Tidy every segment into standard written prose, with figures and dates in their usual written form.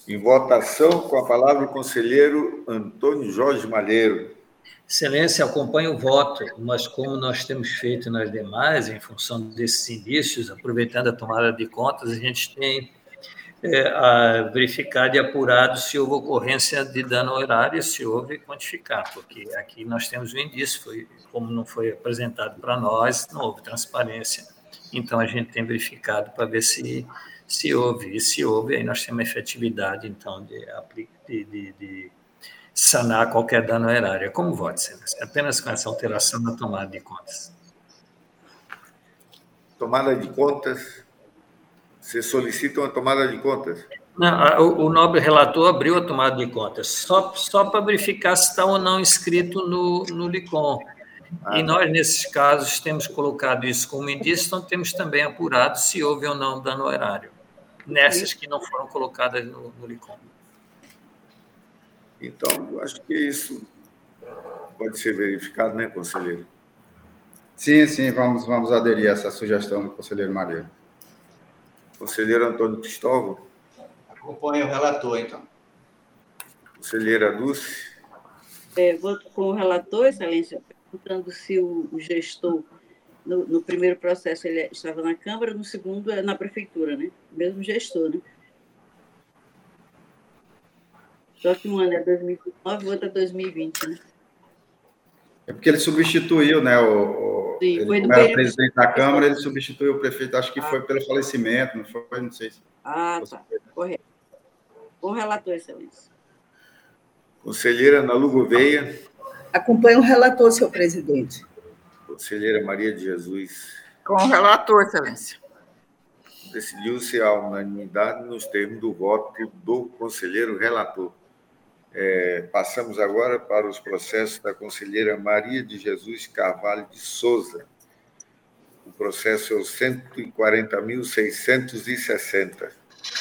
Em votação, com a palavra o conselheiro Antônio Jorge Malheiro. Excelência, acompanho o voto, mas como nós temos feito nas demais, em função desses indícios, aproveitando a tomada de contas, a gente tem verificado e apurado se houve ocorrência de dano ao erário, se houve quantificar, porque aqui nós temos o indício, como não foi apresentado para nós, não houve transparência. Então, a gente tem verificado para ver se houve. E se houve, aí nós temos a efetividade, então, de sanar qualquer dano ao erário. Como voto, excelência? Apenas com essa alteração na tomada de contas. Tomada de contas. Você solicita uma tomada de contas? Não, o nobre relator abriu a tomada de contas, só para verificar se está ou não inscrito no LICOM. E nós, nesses casos, temos colocado isso como indício, então temos também apurado se houve ou não dano ao erário, nessas que não foram colocadas no LICOM. Então, acho que isso pode ser verificado, né, conselheiro? Sim, vamos aderir a essa sugestão do conselheiro Malheiro. Conselheiro Antônio Cristóvão. Acompanho o relator, então. Conselheira Dulce. Voto com o relator, excelência, perguntando se o gestor, no primeiro processo, ele estava na Câmara, no segundo é na Prefeitura, né? O mesmo gestor, né? Só que um ano é 2019, o outro é 2020, né? É porque ele substituiu, né? Sim, ele, como era presidente da Câmara, ele substituiu o prefeito, acho que foi pelo falecimento, não foi? Não sei se... Tá, correto. Com o relator, excelência. Conselheira Ana Lu Gouveia. Acompanho o relator, senhor presidente. Conselheira Maria de Jesus. Com o relator, excelência. Decidiu-se a unanimidade nos termos do voto do conselheiro relator. Passamos agora para os processos da conselheira Maria de Jesus Carvalho de Souza. O processo é o 140.660.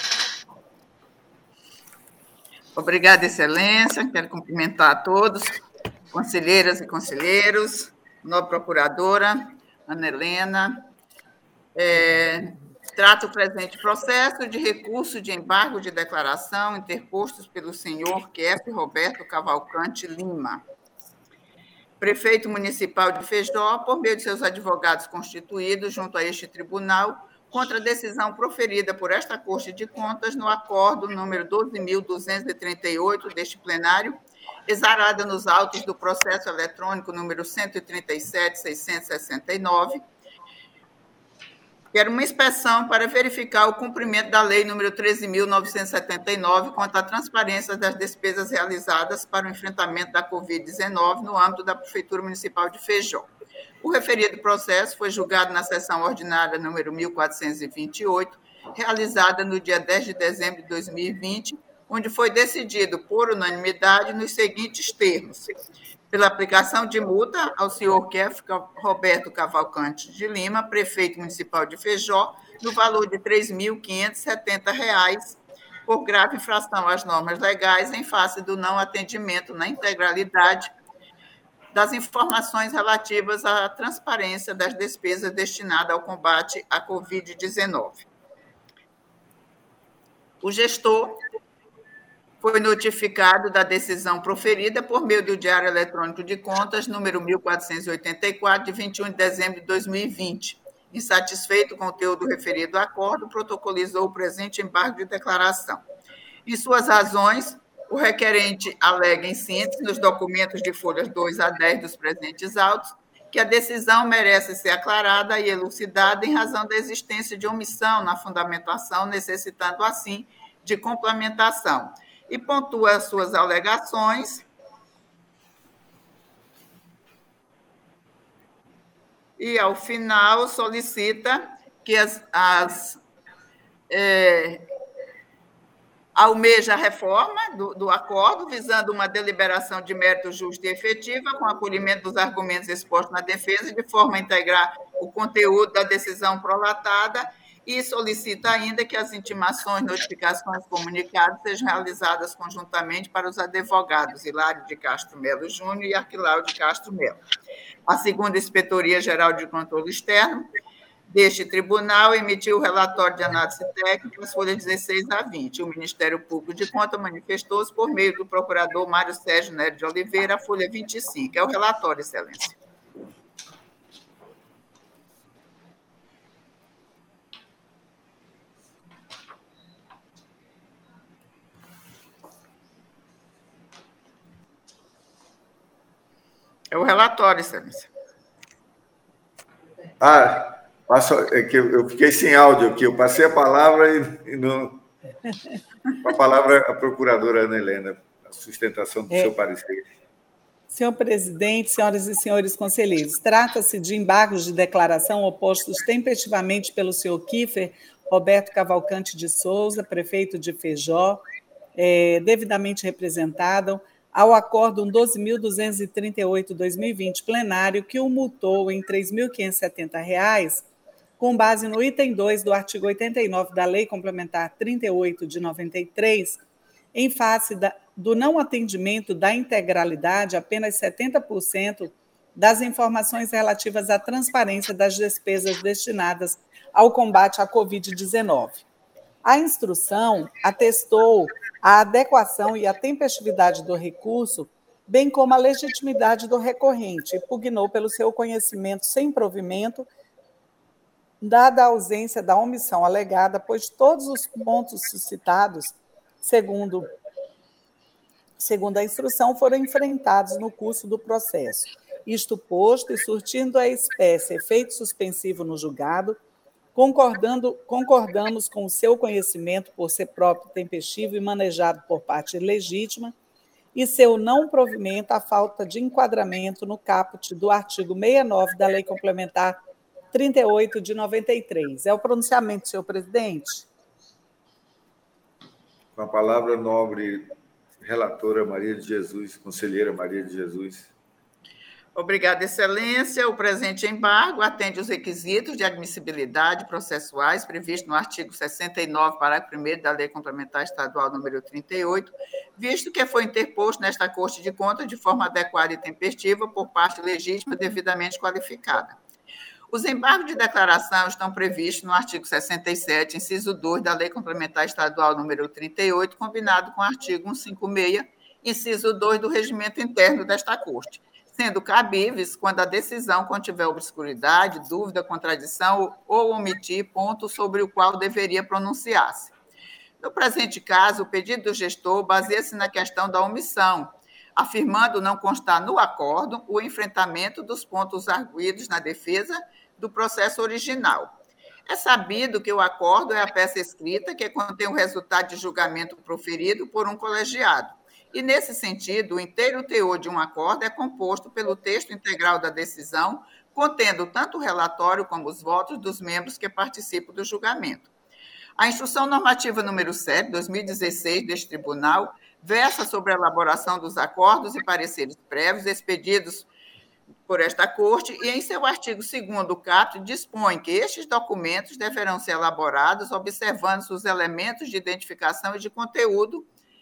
Obrigada, excelência. Quero cumprimentar a todos, conselheiras e conselheiros, nobre procuradora, Ana Helena. Trata o presente processo de recurso de embargo de declaração interpostos pelo senhor Kef Roberto Cavalcante Lima, prefeito municipal de Feijó, por meio de seus advogados constituídos junto a este tribunal, contra a decisão proferida por esta Corte de Contas no acordo número 12.238 deste plenário, exarada nos autos do processo eletrônico número 137.669, que era uma inspeção para verificar o cumprimento da Lei nº 13.979 quanto à transparência das despesas realizadas para o enfrentamento da Covid-19 no âmbito da Prefeitura Municipal de Feijó. O referido processo foi julgado na sessão ordinária número 1428, realizada no dia 10 de dezembro de 2020, onde foi decidido por unanimidade nos seguintes termos: pela aplicação de multa ao senhor Kef Roberto Cavalcante de Lima, prefeito municipal de Feijó, no valor de R$ 3.570, por grave infração às normas legais em face do não atendimento na integralidade das informações relativas à transparência das despesas destinadas ao combate à Covid-19. O gestor foi notificado da decisão proferida por meio do Diário Eletrônico de Contas, número 1484, de 21 de dezembro de 2020. Insatisfeito com o teor do referido acordo, protocolizou o presente embargo de declaração. Em suas razões, o requerente alega, em síntese, nos documentos de folhas 2 a 10 dos presentes autos, que a decisão merece ser aclarada e elucidada em razão da existência de omissão na fundamentação, necessitando, assim, de complementação. E pontua as suas alegações e, ao final, solicita que almeja a reforma do acordo, visando uma deliberação de mérito justo e efetiva, com acolhimento dos argumentos expostos na defesa, de forma a integrar o conteúdo da decisão prolatada, e solicita ainda que as intimações, notificações, comunicados sejam realizadas conjuntamente para os advogados Hilário de Castro Melo Júnior e Arquilau de Castro Melo. A segunda Inspetoria Geral de Controle Externo deste tribunal, emitiu o relatório de análise técnica, as folhas 16 a 20. O Ministério Público de Contas manifestou-se por meio do procurador Mário Sérgio Nery de Oliveira, a folha 25. É o relatório, Excelência. É o relatório, Excelência. É que eu fiquei sem áudio aqui. Eu passei a palavra e não... A palavra à procuradora Ana Helena, a sustentação do seu parecer. Senhor presidente, senhoras e senhores conselheiros, trata-se de embargos de declaração opostos tempestivamente pelo senhor Kiffer Roberto Cavalcante de Souza, prefeito de Feijó, devidamente representado, ao Acórdão 12.238/2020 plenário, que o multou em R$ 3.570, com base no item 2 do artigo 89 da Lei Complementar 38 de 93, em face do não atendimento da integralidade, apenas 70% das informações relativas à transparência das despesas destinadas ao combate à Covid-19. A instrução atestou a adequação e a tempestividade do recurso, bem como a legitimidade do recorrente, e pugnou pelo seu conhecimento sem provimento, dada a ausência da omissão alegada, pois todos os pontos suscitados, segundo a instrução, foram enfrentados no curso do processo. Isto posto, e surtindo a espécie efeito suspensivo no julgado, concordamos com o seu conhecimento por ser próprio, tempestivo e manejado por parte legítima, e seu não provimento à falta de enquadramento no caput do artigo 69 da Lei Complementar 38 de 93. É o pronunciamento, senhor presidente. Com a palavra, nobre relatora Maria de Jesus, conselheira Maria de Jesus. Obrigada, Excelência. O presente embargo atende os requisitos de admissibilidade processuais previstos no artigo 69, parágrafo 1º da Lei Complementar Estadual número 38, visto que foi interposto nesta Corte de Contas de forma adequada e tempestiva por parte legítima devidamente qualificada. Os embargos de declaração estão previstos no artigo 67, inciso 2 da Lei Complementar Estadual número 38, combinado com o artigo 156, inciso 2 do Regimento Interno desta Corte, sendo cabíveis quando a decisão contiver obscuridade, dúvida, contradição ou omitir ponto sobre o qual deveria pronunciar-se. No presente caso, o pedido do gestor baseia-se na questão da omissão, afirmando não constar no acórdão o enfrentamento dos pontos arguidos na defesa do processo original. É sabido que o acórdão é a peça escrita que contém o resultado de julgamento proferido por um colegiado. E, nesse sentido, o inteiro teor de um acórdão é composto pelo texto integral da decisão, contendo tanto o relatório como os votos dos membros que participam do julgamento. A Instrução Normativa número 7, 2016, deste tribunal, versa sobre a elaboração dos acordos e pareceres prévios expedidos por esta Corte e, em seu artigo 2º caput, dispõe que estes documentos deverão ser elaborados observando-se os elementos de identificação e de conteúdo.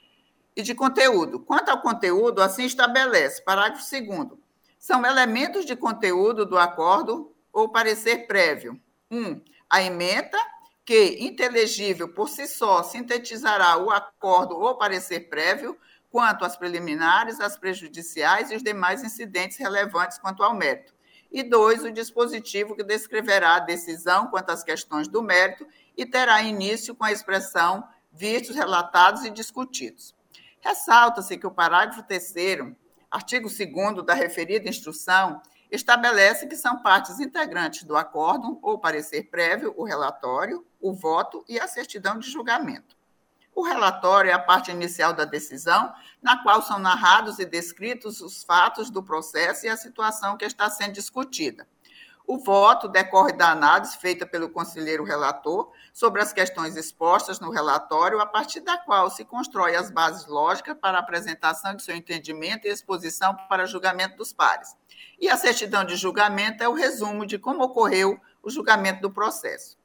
Quanto ao conteúdo, assim estabelece, parágrafo 2º, são elementos de conteúdo do acordo ou parecer prévio. 1. A ementa, que, inteligível por si só, sintetizará o acordo ou parecer prévio quanto às preliminares, às prejudiciais e os demais incidentes relevantes quanto ao mérito. E 2, o dispositivo que descreverá a decisão quanto às questões do mérito e terá início com a expressão vistos, relatados e discutidos. Ressalta-se que o parágrafo 3º, artigo 2º da referida instrução, estabelece que são partes integrantes do acórdão ou parecer prévio o relatório, o voto e a certidão de julgamento. O relatório é a parte inicial da decisão, na qual são narrados e descritos os fatos do processo e a situação que está sendo discutida. O voto decorre da análise feita pelo conselheiro relator sobre as questões expostas no relatório, a partir da qual se constrói as bases lógicas para a apresentação de seu entendimento e exposição para julgamento dos pares. E a certidão de julgamento é o resumo de como ocorreu o julgamento do processo.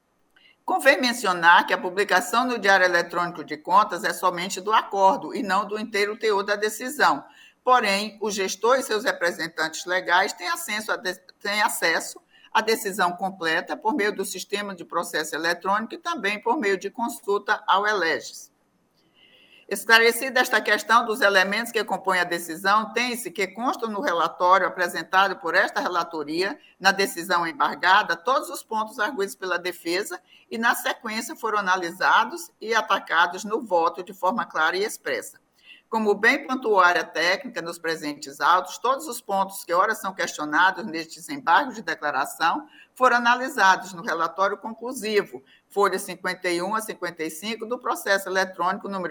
Convém mencionar que a publicação no Diário Eletrônico de Contas é somente do acordo e não do inteiro teor da decisão. Porém, o gestor e seus representantes legais têm acesso a decisão completa por meio do sistema de processo eletrônico e também por meio de consulta ao Eleges. Esclarecida esta questão dos elementos que compõem a decisão, tem-se que constam no relatório apresentado por esta relatoria, na decisão embargada, todos os pontos arguidos pela defesa e, na sequência, foram analisados e atacados no voto de forma clara e expressa. Como bem pontuou a área técnica nos presentes autos, todos os pontos que ora são questionados nestes embargos de declaração foram analisados no relatório conclusivo, folhas 51 a 55 do processo eletrônico número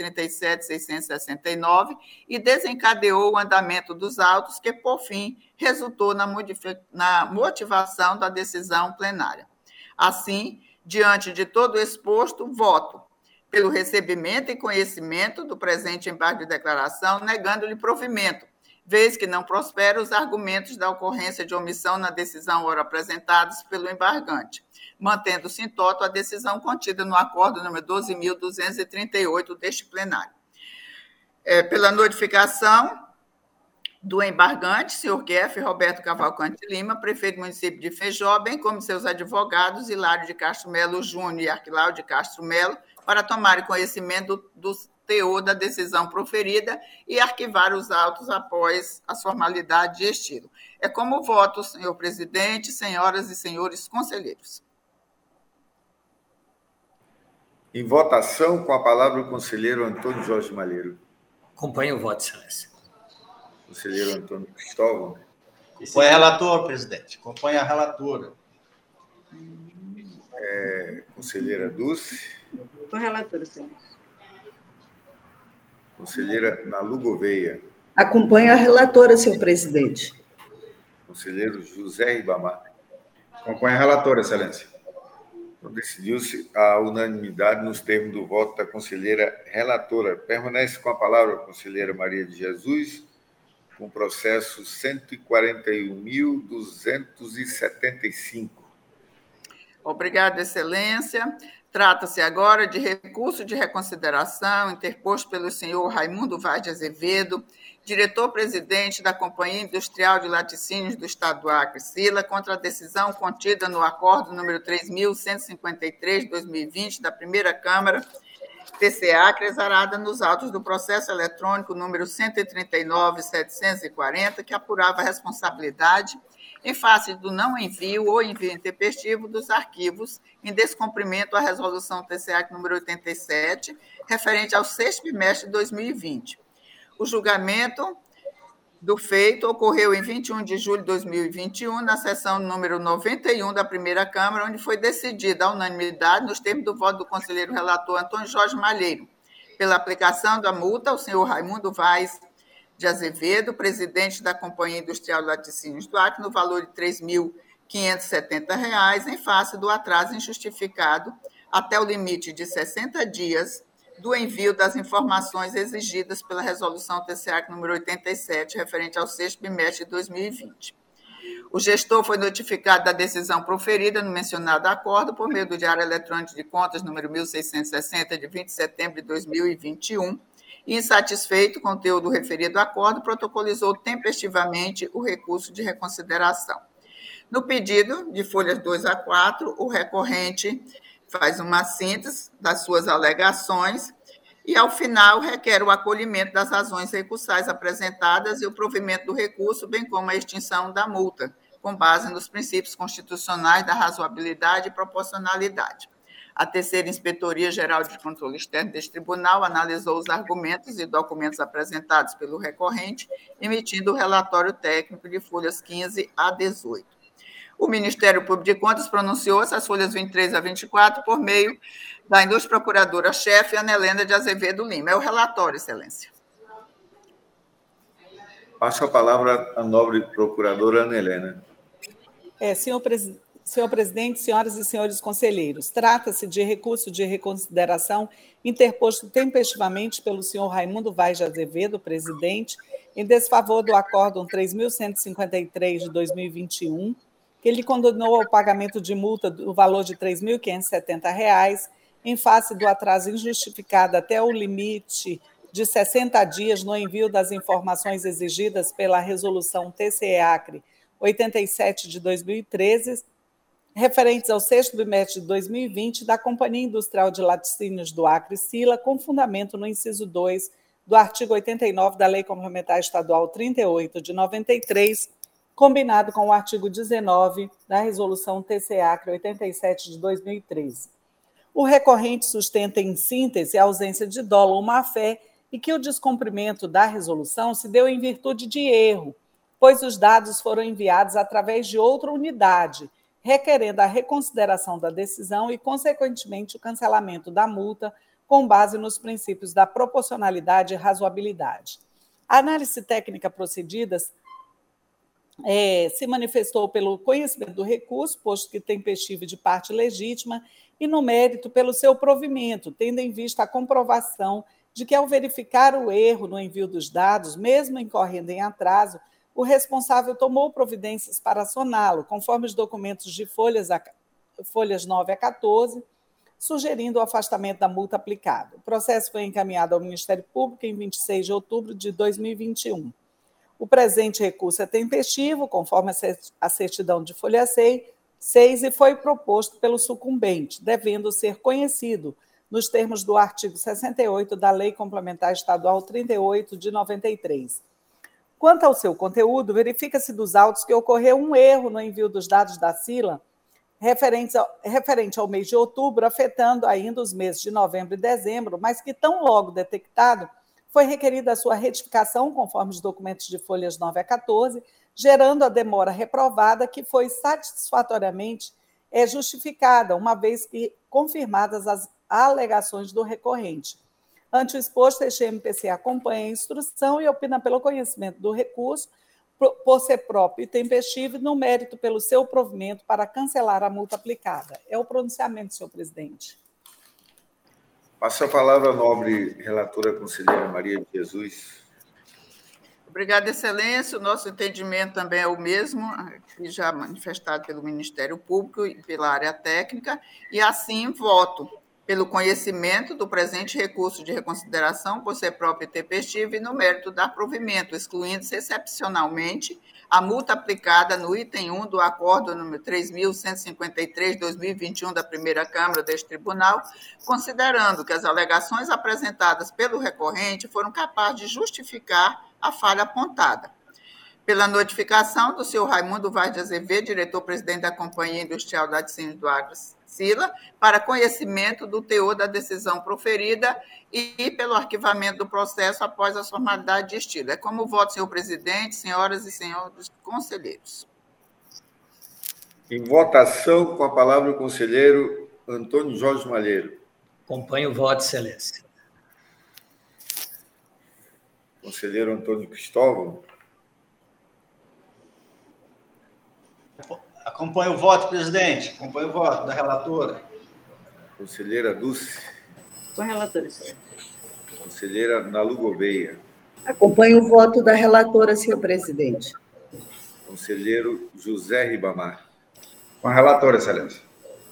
137.669 e desencadeou o andamento dos autos que, por fim, resultou na motivação da decisão plenária. Assim, diante de todo o exposto, voto pelo recebimento e conhecimento do presente embargo de declaração, negando-lhe provimento, vez que não prosperam os argumentos da ocorrência de omissão na decisão ora apresentados pelo embargante, mantendo-se em toto a decisão contida no acordo número 12.238 deste plenário. Pela notificação do embargante, senhor Keff Roberto Cavalcante Lima, prefeito do município de Feijó, bem como seus advogados, Hilário de Castro Melo Júnior e Arquilau de Castro Melo, para tomarem conhecimento do teor da decisão proferida e arquivar os autos após as formalidades de estilo. É como voto, senhor presidente, senhoras e senhores conselheiros. Em votação, com a palavra o conselheiro Antônio Jorge Malheiro. Acompanho o voto, excelência. Conselheiro Antônio Cristóvão. Acompanha a relatora, presidente. Acompanha a relatora. Conselheira Dulce. Com a relatora, senhor. Conselheira Nalu Gouveia. Acompanho a relatora, senhor presidente. Conselheiro José Ribamar. Acompanho a relatora, excelência. Então, decidiu-se a unanimidade nos termos do voto da conselheira relatora. Permanece com a palavra a conselheira Maria de Jesus, com o processo 141.275. Obrigada, excelência. Trata-se agora de recurso de reconsideração interposto pelo senhor Raimundo Vaz de Azevedo, diretor-presidente da Companhia Industrial de Laticínios do Estado do Acre, SILA, contra a decisão contida no acordo número 3.153 de 2020 da primeira Câmara, TCA, exarada nos autos do processo eletrônico número 139.740, que apurava a responsabilidade em face do não envio ou envio intempestivo dos arquivos em descumprimento à resolução TCA número 87, referente ao sexto bimestre de 2020. O julgamento do feito ocorreu em 21 de julho de 2021, na sessão número 91 da primeira Câmara, onde foi decidida a unanimidade, nos termos do voto do conselheiro relator Antônio Jorge Malheiro, pela aplicação da multa ao senhor Raimundo Vaz de Azevedo, presidente da Companhia Industrial de Laticínios do Acre, no valor de R$ 3.570, em face do atraso injustificado até o limite de 60 dias do envio das informações exigidas pela resolução TCA número 87, referente ao sexto bimestre de 2020. O gestor foi notificado da decisão proferida no mencionado acordo por meio do Diário Eletrônico de Contas número 1660, de 20 de setembro de 2021, e, insatisfeito com o teor do referido acordo, protocolizou tempestivamente o recurso de reconsideração. No pedido de folhas 2 a 4, o recorrente faz uma síntese das suas alegações e, ao final, requer o acolhimento das razões recursais apresentadas e o provimento do recurso, bem como a extinção da multa, com base nos princípios constitucionais da razoabilidade e proporcionalidade. A terceira Inspetoria Geral de Controle Externo deste tribunal analisou os argumentos e documentos apresentados pelo recorrente, emitindo o relatório técnico de folhas 15 a 18. O Ministério Público de Contas pronunciou-se as folhas 23 a 24 por meio da ilustre procuradora-chefe Ana Helena de Azevedo Lima. É o relatório, excelência. Passo a palavra à nobre procuradora Ana Helena. Senhor presidente, senhoras e senhores conselheiros, trata-se de recurso de reconsideração interposto tempestivamente pelo senhor Raimundo Vaz de Azevedo, presidente, em desfavor do Acórdão 3.153 de 2021, que ele condenou ao pagamento de multa do valor de R$ 3.570, em face do atraso injustificado até o limite de 60 dias no envio das informações exigidas pela resolução TCE-Acre 87 de 2013, referentes ao sexto bimestre de 2020 da Companhia Industrial de Laticínios do Acre, Sila, com fundamento no inciso 2 do artigo 89 da Lei Complementar Estadual 38 de 93, combinado com o artigo 19 da Resolução TC-Acre 87 de 2013. O recorrente sustenta, em síntese, a ausência de dolo ou má-fé e que o descumprimento da resolução se deu em virtude de erro, pois os dados foram enviados através de outra unidade, requerendo a reconsideração da decisão e, consequentemente, o cancelamento da multa com base nos princípios da proporcionalidade e razoabilidade. A análise técnica procedida se manifestou pelo conhecimento do recurso, posto que tempestivo de parte legítima, e no mérito pelo seu provimento, tendo em vista a comprovação de que, ao verificar o erro no envio dos dados, mesmo incorrendo em atraso, o responsável tomou providências para saná-lo, conforme os documentos de folhas 9 a 14, sugerindo o afastamento da multa aplicada. O processo foi encaminhado ao Ministério Público em 26 de outubro de 2021. O presente recurso é tempestivo, conforme a certidão de folha 6, e foi proposto pelo sucumbente, devendo ser conhecido nos termos do artigo 68 da Lei Complementar Estadual 38 de 93. Quanto ao seu conteúdo, verifica-se dos autos que ocorreu um erro no envio dos dados da Sila referente ao mês de outubro, afetando ainda os meses de novembro e dezembro, mas que, tão logo detectado, foi requerida a sua retificação, conforme os documentos de folhas 9 a 14, gerando a demora reprovada, que foi satisfatoriamente justificada, uma vez que confirmadas as alegações do recorrente. Ante o exposto, este MPC acompanha a instrução e opina pelo conhecimento do recurso, por ser próprio e tempestivo, no mérito pelo seu provimento para cancelar a multa aplicada. É o pronunciamento, senhor presidente. Passo a palavra à nobre relatora conselheira Maria de Jesus. Obrigada, Excelência. O nosso entendimento também é o mesmo, que já manifestado pelo Ministério Público e pela área técnica, e assim voto pelo conhecimento do presente recurso de reconsideração por ser próprio e tempestivo e no mérito dar provimento, excluindo-se excepcionalmente a multa aplicada no item 1 do acordo número 3.153/2021 da primeira Câmara deste Tribunal, considerando que as alegações apresentadas pelo recorrente foram capazes de justificar a falha apontada. Pela notificação do senhor Raimundo Vaz de Azevedo, diretor-presidente da Companhia Industrial de Laticínios do Acre, Sila, para conhecimento do teor da decisão proferida e pelo arquivamento do processo após as formalidades de estilo. É como voto, senhor presidente, senhoras e senhores conselheiros. Em votação, com a palavra o conselheiro Antônio Jorge Malheiro. Acompanho o voto, excelência. Conselheiro Antônio Cristóvão. Acompanho o voto, presidente. Acompanho o voto da relatora. Conselheira Dulce. Com a relatora, senhor. Conselheira Nalu Gouveia. Acompanho o voto da relatora, senhor presidente. Conselheiro José Ribamar. Com a relatora, excelência.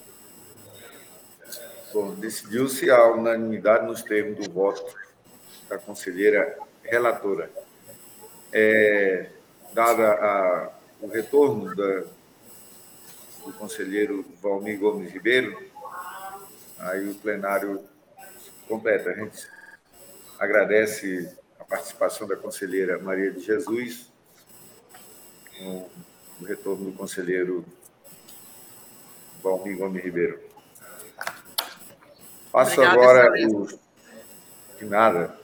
Bom, decidiu-se a unanimidade nos termos do voto da conselheira relatora. Dada o retorno do conselheiro Valmir Gomes Ribeiro, aí o plenário completa. A gente agradece a participação da conselheira Maria de Jesus, com o retorno do conselheiro Valmir Gomes Ribeiro. Passo agora de nada.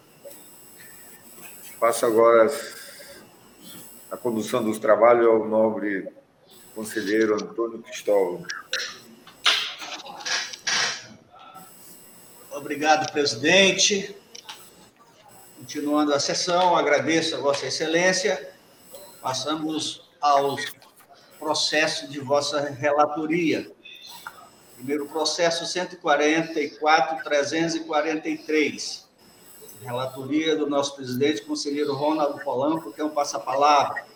Passo agora a condução dos trabalhos ao nobre conselheiro Antônio Cristóvão. Obrigado, presidente. Continuando a sessão, agradeço a Vossa Excelência. Passamos aos processos de Vossa relatoria. Primeiro processo 144.343. Relatoria do nosso presidente, conselheiro Ronaldo Polanco, que é um passa-palavra.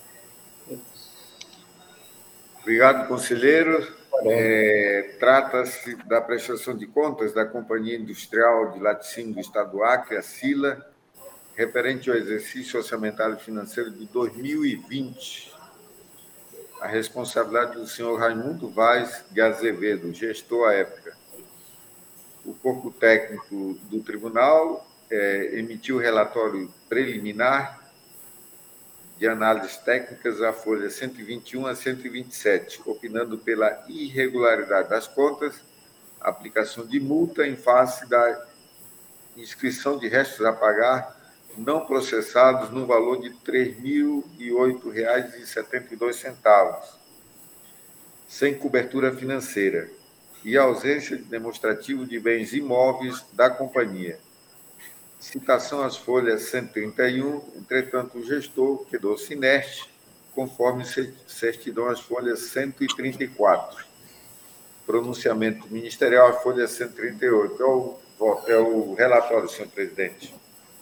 Obrigado, conselheiro. Trata-se da prestação de contas da Companhia Industrial de Laticínio do Estado do Acre, a Sila, referente ao exercício orçamentário financeiro de 2020. a responsabilidade do senhor Raimundo Vaz de Azevedo, gestor à época. O corpo técnico do tribunal emitiu relatório preliminar de análises técnicas à folha 121 a 127, opinando pela irregularidade das contas, aplicação de multa em face da inscrição de restos a pagar não processados no valor de R$ 3.008,72, sem cobertura financeira, e ausência de demonstrativo de bens imóveis da companhia. Citação às folhas 131, entretanto, o gestor quedou-se inerte, conforme certidão às folhas 134. Pronunciamento ministerial à folha 138. É o relatório, senhor presidente.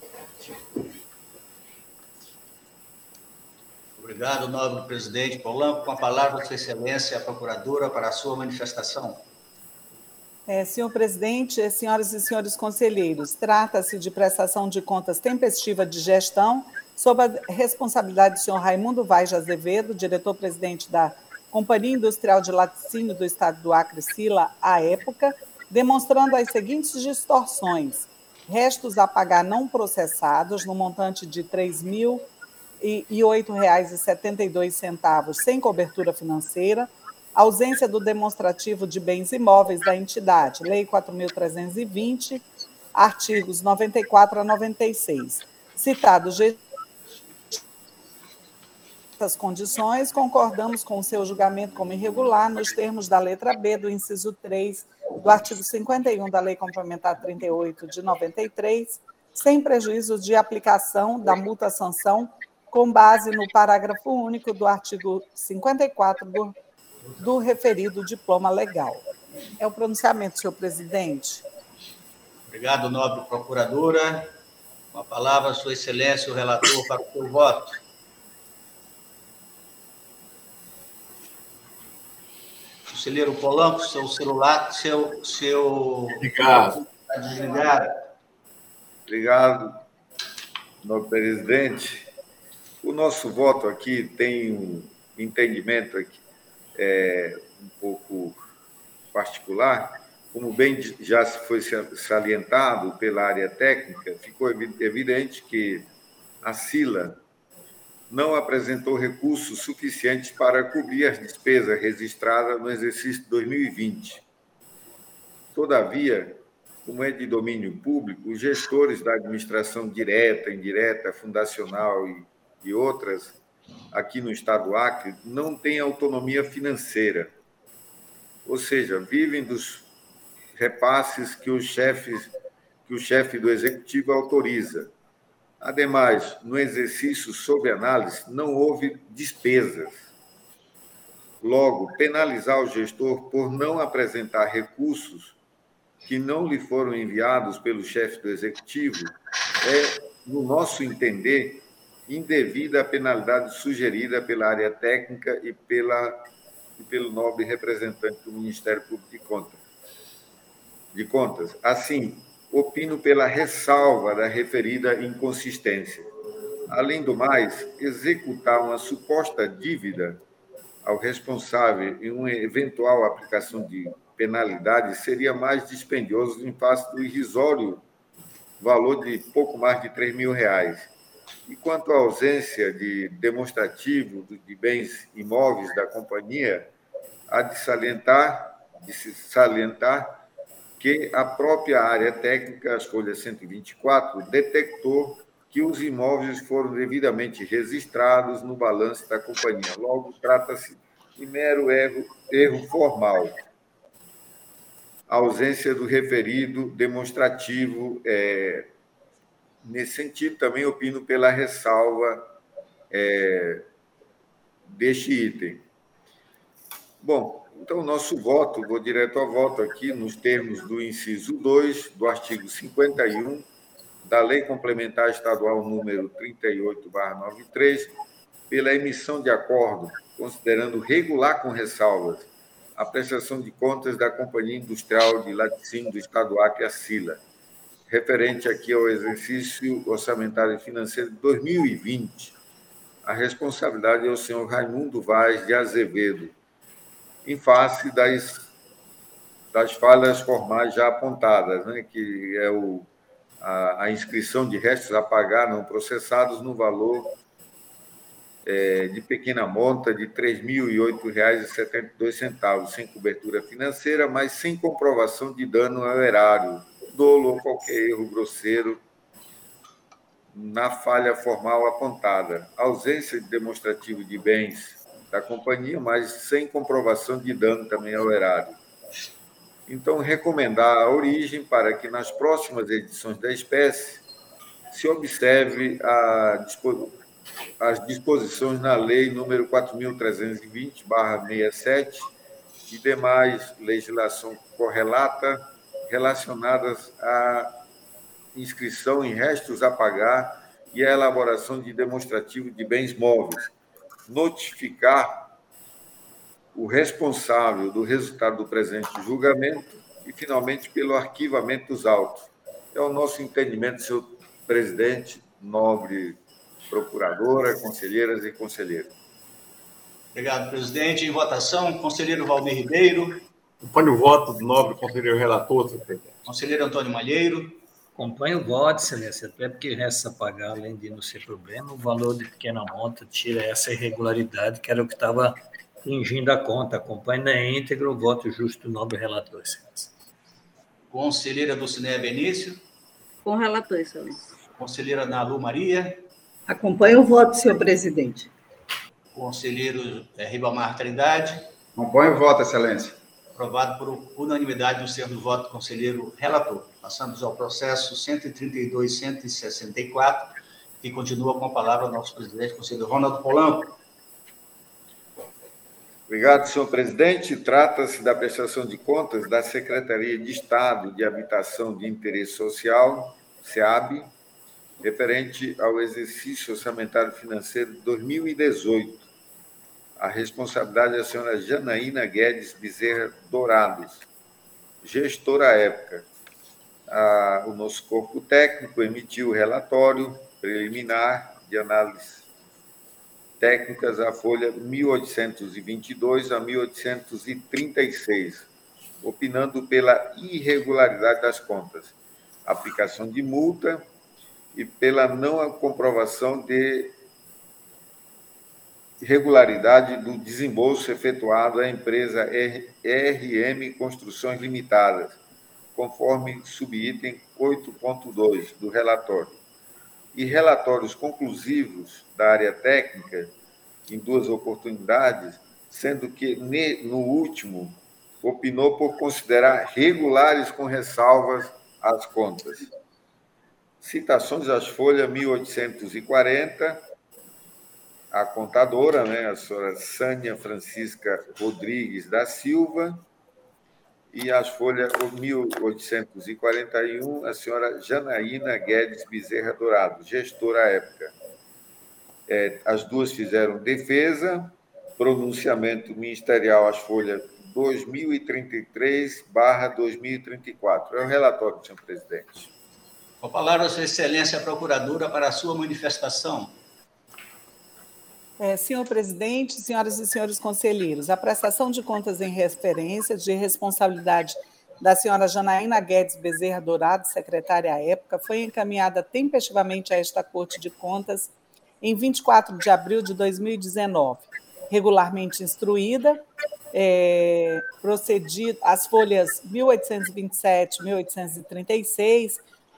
Obrigado, nobre presidente Polanco. Com a palavra, Sua Excelência, a procuradora, para a sua manifestação. Senhor presidente, senhoras e senhores conselheiros, trata-se de prestação de contas tempestiva de gestão sob a responsabilidade do senhor Raimundo Vaz de Azevedo, diretor-presidente da Companhia Industrial de Laticínio do Estado do Acre, Sila, à época, demonstrando as seguintes distorções: restos a pagar não processados no montante de R$ 3.008,72 sem cobertura financeira, ausência do demonstrativo de bens imóveis da entidade, Lei 4.320, artigos 94 a 96. Citados essas condições, concordamos com o seu julgamento como irregular nos termos da letra B do inciso 3 do artigo 51 da Lei Complementar 38 de 93, sem prejuízo de aplicação da multa-sanção com base no parágrafo único do artigo 54 do referido diploma legal. É o pronunciamento, senhor presidente. Obrigado, nobre procuradora. Com a palavra, Sua Excelência, o relator, para o seu voto. Conselheiro Polanco, seu celular, seu... Obrigado. Está desligado. Obrigado, nobre presidente. O nosso voto aqui tem um entendimento aqui, um pouco particular. Como bem já foi salientado pela área técnica, ficou evidente que a Sila não apresentou recursos suficientes para cobrir as despesas registradas no exercício 2020. Todavia, como é de domínio público, os gestores da administração direta, indireta, fundacional e outras, aqui no Estado do Acre, não têm autonomia financeira, ou seja, vivem dos repasses que o chefe do Executivo autoriza. Ademais, no exercício sob análise, não houve despesas. Logo, penalizar o gestor por não apresentar recursos que não lhe foram enviados pelo chefe do Executivo é, no nosso entender, indevida a penalidade sugerida pela área técnica e pelo nobre representante do Ministério Público de Contas. Assim, opino pela ressalva da referida inconsistência. Além do mais, executar uma suposta dívida ao responsável em uma eventual aplicação de penalidade seria mais dispendioso em face do irrisório valor de pouco mais de R$ 3.000. E quanto à ausência de demonstrativo de bens imóveis da companhia, há de se salientar que a própria área técnica, as folhas 124, detectou que os imóveis foram devidamente registrados no balanço da companhia. Logo, trata-se de mero erro formal. A ausência do referido demonstrativo. Nesse sentido, também opino pela ressalva deste item. Bom, então, nosso voto, vou direto ao voto aqui, nos termos do inciso 2 do artigo 51 da Lei Complementar Estadual número 38/93, pela emissão de acordo, considerando regular com ressalvas a prestação de contas da Companhia Industrial de Laticínio do Estado do Acre, a Sila, referente aqui ao exercício orçamentário e financeiro de 2020, a responsabilidade é o senhor Raimundo Vaz de Azevedo, em face das falhas formais já apontadas, né, que é a inscrição de restos a pagar não processados no valor de pequena monta de R$ 3.008,72, sem cobertura financeira, mas sem comprovação de dano ao erário, dolo ou qualquer erro grosseiro na falha formal apontada, ausência de demonstrativo de bens da companhia, mas sem comprovação de dano também ao erário. Então, recomendar a origem para que nas próximas edições da espécie se observe as disposições na Lei nº 4.320/67 e demais legislação correlata relacionadas à inscrição em restos a pagar e a elaboração de demonstrativo de bens móveis, notificar o responsável do resultado do presente julgamento e, finalmente, pelo arquivamento dos autos. É o nosso entendimento, senhor presidente, nobre procuradora, conselheiras e conselheiros. Obrigado, presidente. Em votação, conselheiro Valmir Ribeiro. Acompanho o voto do nobre conselheiro relator, senhor presidente. Conselheiro Antônio Malheiro. Acompanho o voto, excelência, até porque resta pagar, além de não ser problema, o valor de pequena monta tira essa irregularidade, que era o que estava fingindo a conta. Acompanho na íntegra o voto justo do nobre relator, excelência. Conselheira Dulcinéia Benício. Com o relator, excelência. Conselheira Nalu Maria. Acompanho o voto, senhor presidente. Conselheiro Ribamar Trindade. Acompanho o voto, excelência. Aprovado por unanimidade no termo do voto do conselheiro relator. Passamos ao processo 132.164 e continua com a palavra o nosso presidente, conselheiro Ronaldo Polanco. Obrigado, senhor presidente. Trata-se da prestação de contas da Secretaria de Estado de Habitação de Interesse Social, SEAB, referente ao exercício orçamentário financeiro de 2018. A responsabilidade é da senhora Janaína Guedes Bezerra Dourados, gestora à época. O nosso corpo técnico emitiu o relatório preliminar de análise técnicas, a folha 1822 a 1836, opinando pela irregularidade das contas, aplicação de multa e pela não comprovação de irregularidade do desembolso efetuado à empresa RM Construções Limitadas, conforme subitem 8.2 do relatório. E relatórios conclusivos da área técnica, em 2 oportunidades, sendo que, no último, opinou por considerar regulares com ressalvas as contas. Citações às folhas 1840, a contadora, a senhora Sânia Francisca Rodrigues da Silva, e as folhas 1841, a senhora Janaína Guedes Bezerra Dourado, gestora à época. As duas fizeram defesa, pronunciamento ministerial às folhas 2033/2034. É o relatório, senhor presidente. Com a palavra, sua excelência, a procuradora, para a sua manifestação. Senhor presidente, senhoras e senhores conselheiros, a prestação de contas em referência de responsabilidade da senhora Janaína Guedes Bezerra Dourado, secretária à época, foi encaminhada tempestivamente a esta Corte de Contas em 24 de abril de 2019, regularmente instruída, procedido as folhas 1827, 1836,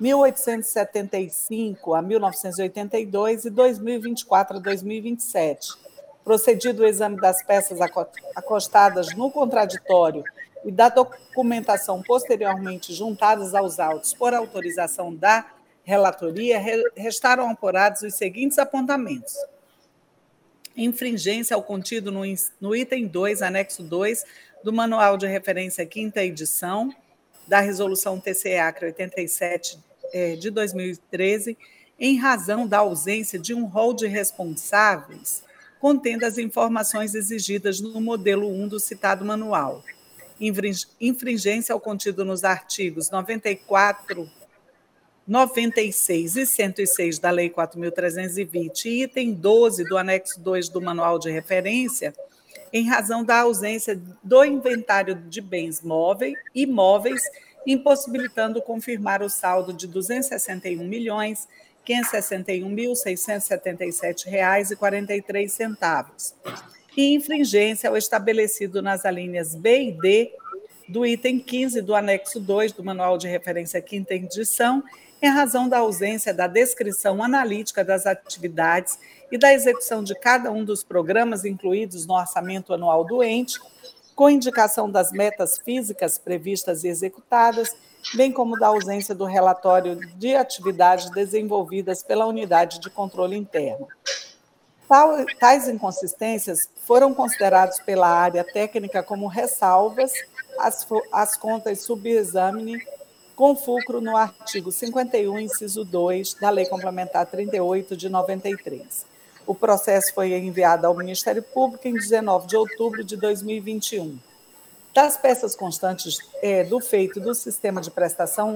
1875 a 1982 e 2024 a 2027. Procedido o exame das peças acostadas no contraditório e da documentação posteriormente juntadas aos autos por autorização da relatoria, restaram apurados os seguintes apontamentos. Infringência ao contido no item 2, anexo 2, do Manual de Referência 5ª edição, da Resolução TCE-Acre 87 de 2013, em razão da ausência de um rol de responsáveis contendo as informações exigidas no modelo 1 do citado manual. Infringência ao contido nos artigos 94, 96 e 106 da Lei 4.320 e item 12 do anexo 2 do Manual de Referência, em razão da ausência do inventário de bens móveis e imóveis, impossibilitando confirmar o saldo de R$ 261.561.677,43 e infringência ao estabelecido nas alíneas B e D do item 15 do anexo 2 do Manual de Referência quinta edição, em razão da ausência da descrição analítica das atividades e da execução de cada um dos programas incluídos no orçamento anual do ente, com indicação das metas físicas previstas e executadas, bem como da ausência do relatório de atividades desenvolvidas pela unidade de controle interno. Tais inconsistências foram considerados pela área técnica como ressalvas às contas subexame com fulcro no artigo 51, inciso 2, da Lei Complementar 38 de 93. O processo foi enviado ao Ministério Público em 19 de outubro de 2021. Das peças constantes do feito do Sistema de Prestação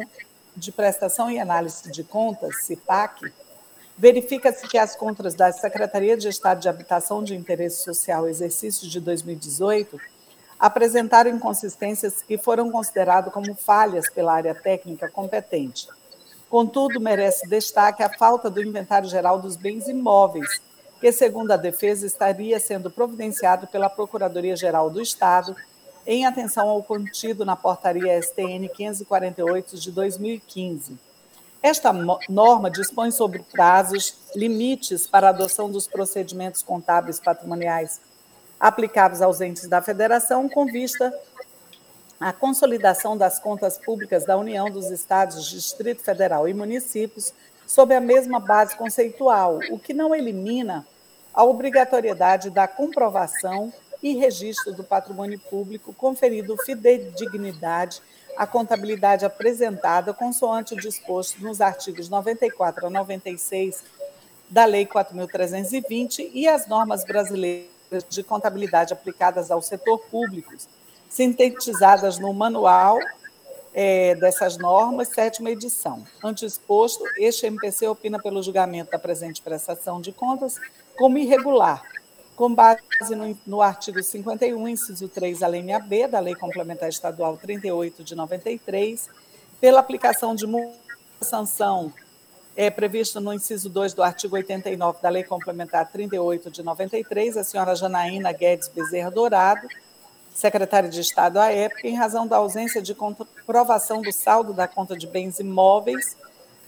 e Análise de Contas, CIPAC, verifica-se que as contas da Secretaria de Estado de Habitação de Interesse Social, exercício de 2018, apresentaram inconsistências que foram consideradas como falhas pela área técnica competente. Contudo, merece destaque a falta do inventário geral dos bens imóveis, que, segundo a defesa, estaria sendo providenciado pela Procuradoria-Geral do Estado, em atenção ao contido na Portaria STN 548 de 2015. Esta norma dispõe sobre prazos, limites para a adoção dos procedimentos contábeis patrimoniais aplicáveis aos entes da Federação, com vista à consolidação das contas públicas da União, dos Estados, Distrito Federal e municípios, sob a mesma base conceitual, o que não elimina a obrigatoriedade da comprovação e registro do patrimônio público, conferindo fidedignidade à contabilidade apresentada, consoante o disposto nos artigos 94 a 96 da Lei 4.320 e as normas brasileiras de contabilidade aplicadas ao setor público, sintetizadas no manual dessas normas, 7ª edição. Ante o exposto, este MPC opina pelo julgamento da presente prestação de contas como irregular, com base no artigo 51, inciso 3, alínea B, da Lei Complementar Estadual 38 de 93, pela aplicação de sanção previsto no inciso 2 do artigo 89 da Lei Complementar 38 de 93, a senhora Janaína Guedes Bezerra Dourado, secretária de Estado à época, em razão da ausência de comprovação do saldo da conta de bens imóveis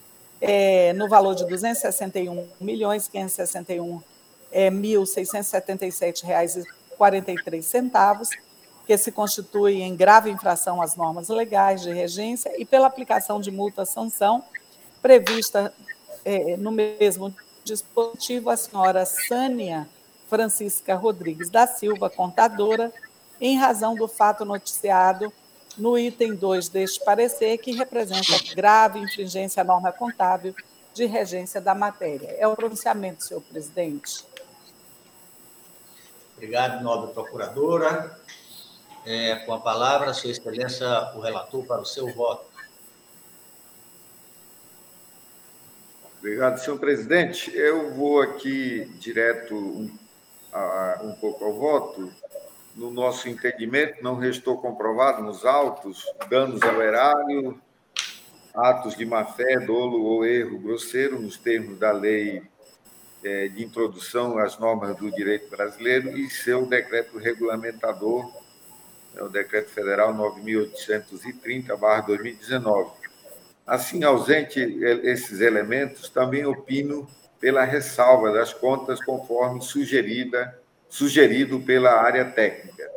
no valor de R$ 261.561.677,43, que se constitui em grave infração às normas legais de regência, e pela aplicação de multa-sanção prevista no mesmo dispositivo, a senhora Sânia Francisca Rodrigues da Silva, contadora, em razão do fato noticiado no item 2 deste parecer, que representa grave infringência à norma contábil de regência da matéria. É o pronunciamento, senhor presidente. Obrigado, nobre procuradora. Com a palavra, sua excelência, o relator, para o seu voto. Obrigado, senhor presidente. Eu vou aqui direto um pouco ao voto. No nosso entendimento, não restou comprovado nos autos danos ao erário, atos de má-fé, dolo ou erro grosseiro, nos termos da lei de introdução às normas do direito brasileiro e seu decreto regulamentador, o Decreto Federal 9.830/2019. Assim, ausente esses elementos, também opino pela ressalva das contas conforme sugerido pela área técnica.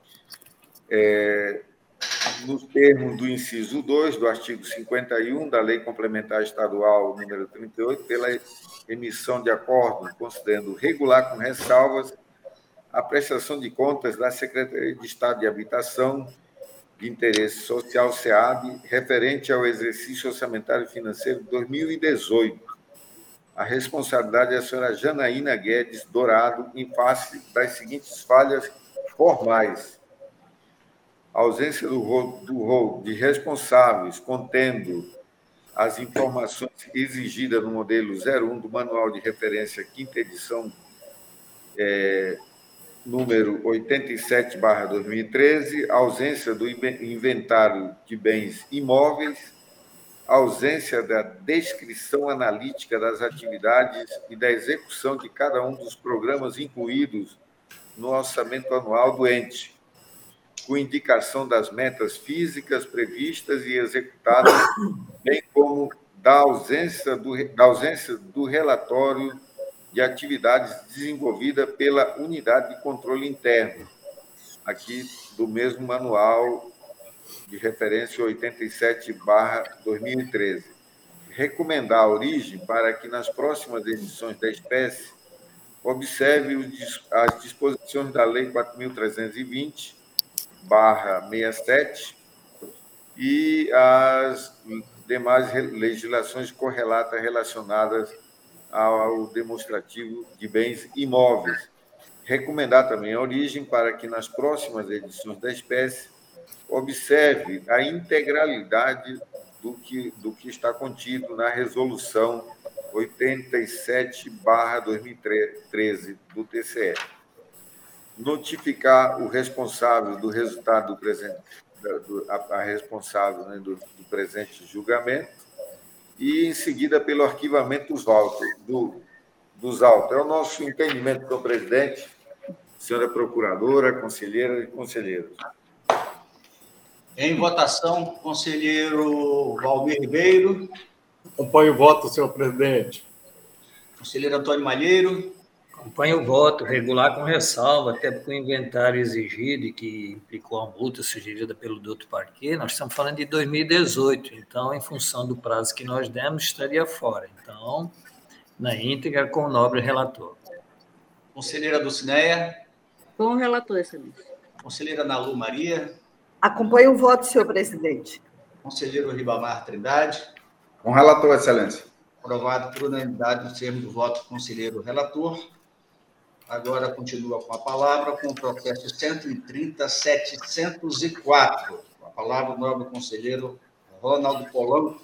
Nos termos do inciso 2 do artigo 51 da Lei Complementar Estadual número 38, pela emissão de acordo, considerando regular com ressalvas a prestação de contas da Secretaria de Estado de Habitação de Interesse Social, SEAD, referente ao exercício orçamentário financeiro de 2018. A responsabilidade é da senhora Janaína Guedes Dourado, em face das seguintes falhas formais: a ausência do rol de responsáveis, contendo as informações exigidas no modelo 01 do Manual de Referência, quinta edição, número 87/2013, ausência do inventário de bens imóveis, ausência da descrição analítica das atividades e da execução de cada um dos programas incluídos no orçamento anual do ente, com indicação das metas físicas previstas e executadas, bem como da ausência do relatório de atividades desenvolvida pela Unidade de Controle Interno, aqui do mesmo manual de referência 87/2013. Recomendar a origem para que, nas próximas edições da espécie, observe as disposições da Lei 4.320/67 e as demais legislações correlatas relacionadas ao demonstrativo de bens imóveis. Recomendar também a origem para que, nas próximas edições da espécie, observe a integralidade do que está contido na Resolução 87/2013 do TCE. Notificar o responsável do resultado do presente, a responsável, né, do presente julgamento, e, em seguida, pelo arquivamento dos autos. É o nosso entendimento, senhor presidente, senhora procuradora, conselheira e conselheiros. Em votação, conselheiro Valmir Ribeiro. Acompanho o voto, senhor presidente. Conselheiro Antônio Malheiro. Acompanho o voto, regular com ressalva, até porque o inventário exigido e que implicou a multa sugerida pelo doutor Parquet, nós estamos falando de 2018, então, em função do prazo que nós demos, estaria fora. Então, na íntegra, com o nobre relator. Conselheira Dulcineia. Com o relator, excelência. Conselheira Nalu Maria. Acompanho o voto, senhor presidente. Conselheiro Ribamar Trindade. Com o relator, excelência. Aprovado por unanimidade nos termos do voto do conselheiro relator. Agora continua com a palavra com o processo 130.704. Com a palavra o nobre conselheiro Ronaldo Polanco.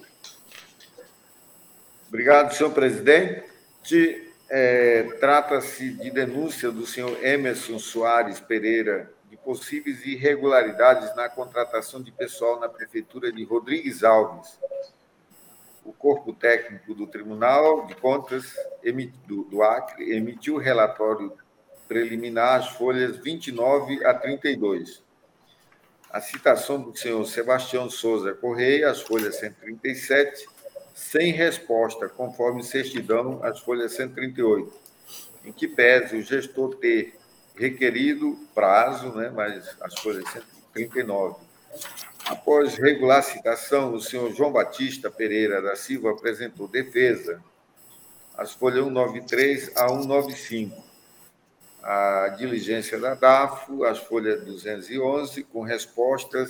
Obrigado, senhor presidente. Trata-se de denúncia do senhor Emerson Soares Pereira de possíveis irregularidades na contratação de pessoal na Prefeitura de Rodrigues Alves. O corpo técnico do Tribunal de Contas do Acre emitiu relatório preliminar às folhas 29 a 32. A citação do senhor Sebastião Souza Correia, às folhas 137, sem resposta, conforme certidão, às folhas 138, em que pese o gestor ter requerido prazo, né, mas as folhas 139. Após regular a citação, o senhor João Batista Pereira da Silva apresentou defesa, as folhas 193 a 195. A diligência da DAFO, as folhas 211, com resposta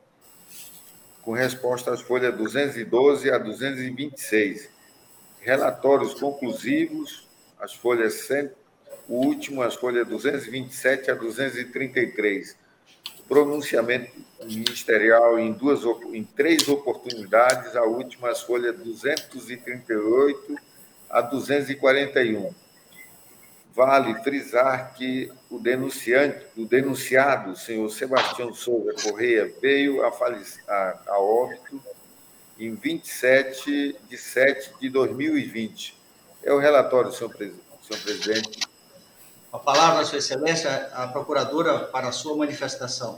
às folhas 212 a 226. Relatórios conclusivos, as folhas 100, o último, as folhas 227 a 233. Pronunciamento ministerial em 3 oportunidades, a última, as folhas 238 a 241. Vale frisar que o denunciado, o senhor Sebastião Souza Correia, veio a óbito em 27 de 7 de 2020. É o relatório, senhor presidente. A palavra, Sua Excelência, a procuradora, para a sua manifestação.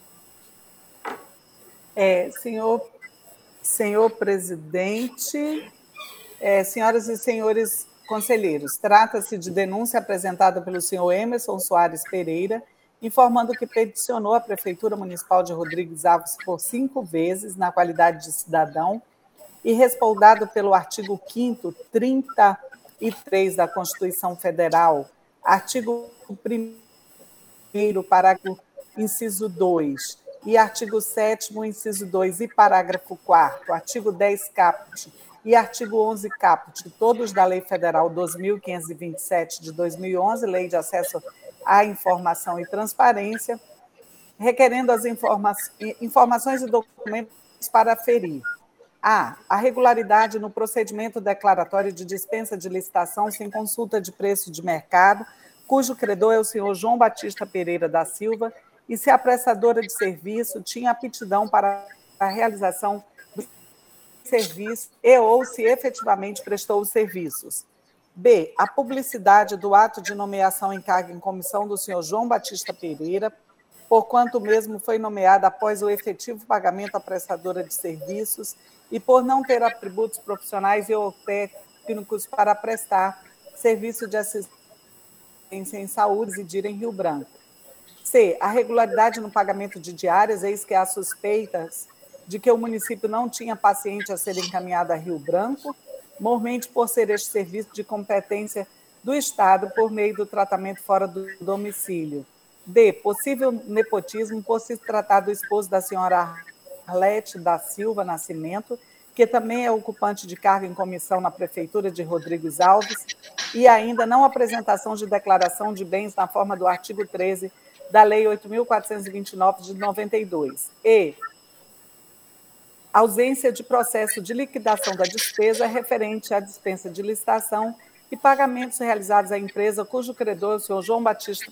Senhor presidente, senhoras e senhores conselheiros, trata-se de denúncia apresentada pelo senhor Emerson Soares Pereira, informando que peticionou a Prefeitura Municipal de Rodrigues Alves por 5 vezes, na qualidade de cidadão, e respaldado pelo artigo 5º, 33 da Constituição Federal, artigo 1º, parágrafo inciso 2, e artigo 7º, inciso 2 e parágrafo 4º, artigo 10 caput e artigo 11 caput, todos da Lei Federal 2.527 de 2011, Lei de Acesso à Informação e Transparência, requerendo as informações e documentos para aferir A regularidade no procedimento declaratório de dispensa de licitação sem consulta de preço de mercado, cujo credor é o senhor João Batista Pereira da Silva, e se a prestadora de serviço tinha aptidão para a realização do serviço e ou se efetivamente prestou os serviços. B. A publicidade do ato de nomeação em cargo em comissão do senhor João Batista Pereira, porquanto o mesmo foi nomeado após o efetivo pagamento à prestadora de serviços e por não ter atributos profissionais e ou técnicos para prestar serviço de assistência em saúde e residir em Rio Branco. C. A regularidade no pagamento de diárias, eis que há suspeitas de que o município não tinha paciente a ser encaminhado a Rio Branco, mormente por ser este serviço de competência do Estado por meio do tratamento fora do domicílio. D. Possível nepotismo por se tratar do esposo da senhora Arlete da Silva Nascimento, que também é ocupante de cargo em comissão na Prefeitura de Rodrigues Alves, e ainda não apresentação de declaração de bens na forma do artigo 13 da Lei 8.429 de 92. E. Ausência de processo de liquidação da despesa referente à dispensa de licitação e pagamentos realizados à empresa cujo credor é o senhor João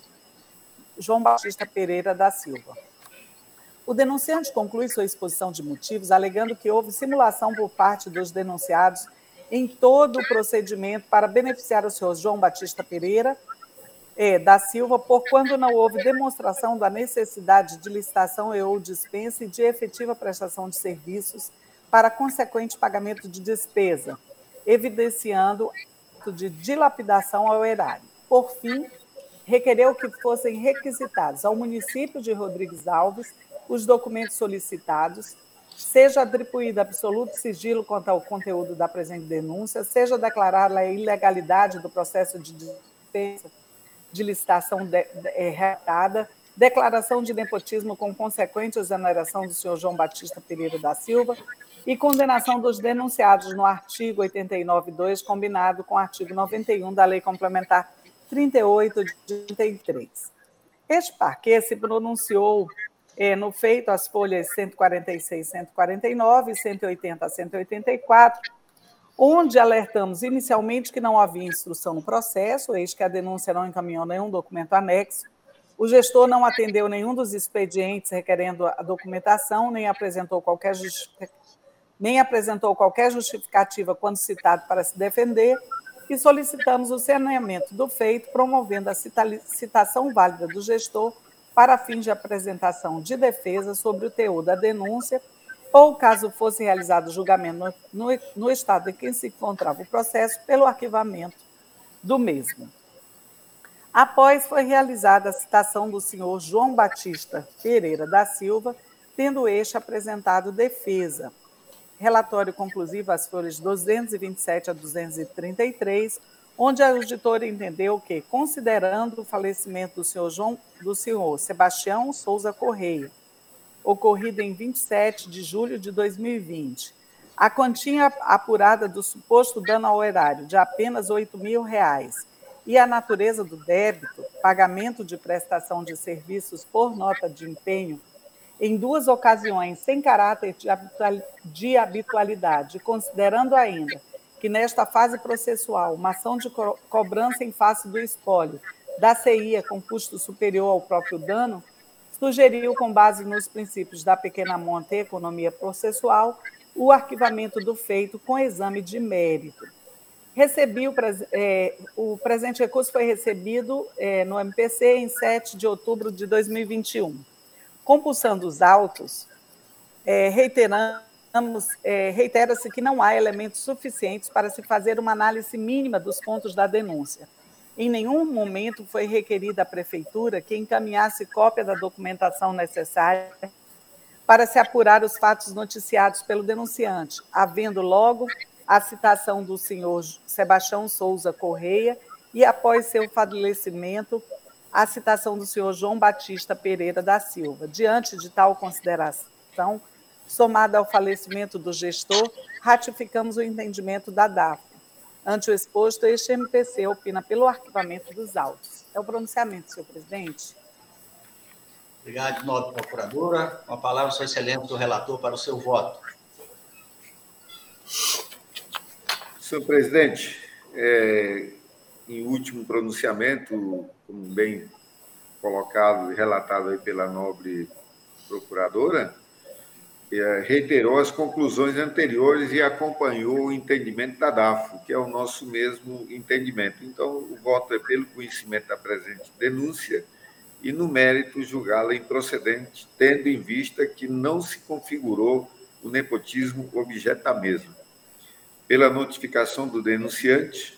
Batista Pereira da Silva. O denunciante conclui sua exposição de motivos alegando que houve simulação por parte dos denunciados em todo o procedimento para beneficiar o senhor João Batista Pereira da Silva, por quando não houve demonstração da necessidade de licitação e ou dispensa e de efetiva prestação de serviços para consequente pagamento de despesa, evidenciando ato de dilapidação ao erário. Por fim, requereu que fossem requisitados ao município de Rodrigues Alves os documentos solicitados, seja atribuído absoluto sigilo quanto ao conteúdo da presente denúncia, seja declarada a ilegalidade do processo de dispensa de licitação reatada, declaração de nepotismo com consequente exoneração do senhor João Batista Pereira da Silva e condenação dos denunciados no artigo 89.2, combinado com o artigo 91 da Lei Complementar 38 de 83. Este parquê se pronunciou no feito as folhas 146, 149, 180 a 184, onde alertamos inicialmente que não havia instrução no processo, eis que a denúncia não encaminhou nenhum documento anexo, o gestor não atendeu nenhum dos expedientes requerendo a documentação, nem apresentou qualquer justificativa quando citado para se defender, e solicitamos o saneamento do feito, promovendo a citação válida do gestor para fins de apresentação de defesa sobre o teor da denúncia, ou, caso fosse realizado o julgamento no estado em que se encontrava o processo, pelo arquivamento do mesmo. Após, foi realizada a citação do senhor João Batista Pereira da Silva, tendo este apresentado defesa. Relatório conclusivo às folhas 227 a 233, onde a auditora entendeu que, considerando o falecimento do senhor Sebastião Souza Correia, ocorrido em 27 de julho de 2020, a quantia apurada do suposto dano ao erário de apenas R$ 8.000 e a natureza do débito, pagamento de prestação de serviços por nota de empenho, em duas ocasiões sem caráter de habitualidade, considerando ainda que nesta fase processual uma ação de cobrança em face do espólio da CIA com custo superior ao próprio dano, sugeriu, com base nos princípios da pequena monta e economia processual, o arquivamento do feito com exame de mérito. O presente recurso foi recebido no MPC em 7 de outubro de 2021. Compulsando os autos, reitera-se que não há elementos suficientes para se fazer uma análise mínima dos pontos da denúncia. Em nenhum momento foi requerida à Prefeitura que encaminhasse cópia da documentação necessária para se apurar os fatos noticiados pelo denunciante, havendo logo a citação do senhor Sebastião Souza Correia e, após seu falecimento, a citação do senhor João Batista Pereira da Silva. Diante de tal consideração, somada ao falecimento do gestor, ratificamos o entendimento da DAF. Ante o exposto, este MPC opina pelo arquivamento dos autos. É o pronunciamento, senhor presidente. Obrigado, nobre procuradora. Com a palavra, sua excelência, o relator, para o seu voto. Senhor presidente, em último pronunciamento, como bem colocado e relatado aí pela nobre procuradora, reiterou as conclusões anteriores e acompanhou o entendimento da DAFO, que é o nosso mesmo entendimento. Então, o voto é pelo conhecimento da presente denúncia e, no mérito, julgá-la improcedente, tendo em vista que não se configurou o nepotismo objeto da mesma. Pela notificação do denunciante,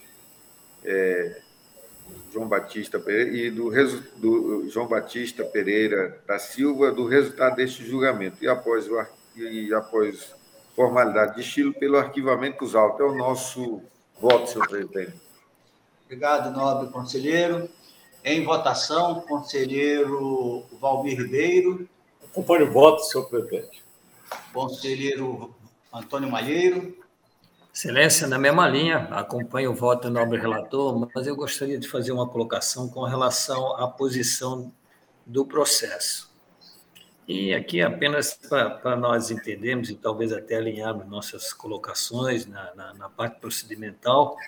João Batista Pereira, e do João Batista Pereira da Silva, do resultado deste julgamento, e após formalidade de estilo, pelo arquivamento dos autos. É o nosso voto, senhor presidente. Obrigado, nobre conselheiro. Em votação, conselheiro Valmir Ribeiro. Acompanho o voto, senhor presidente. Conselheiro Antônio Malheiro. Excelência, na mesma linha, acompanho o voto do nobre relator, mas eu gostaria de fazer uma colocação com relação à posição do processo. E aqui, apenas para nós entendermos e talvez até alinharmos nossas colocações na parte procedimental,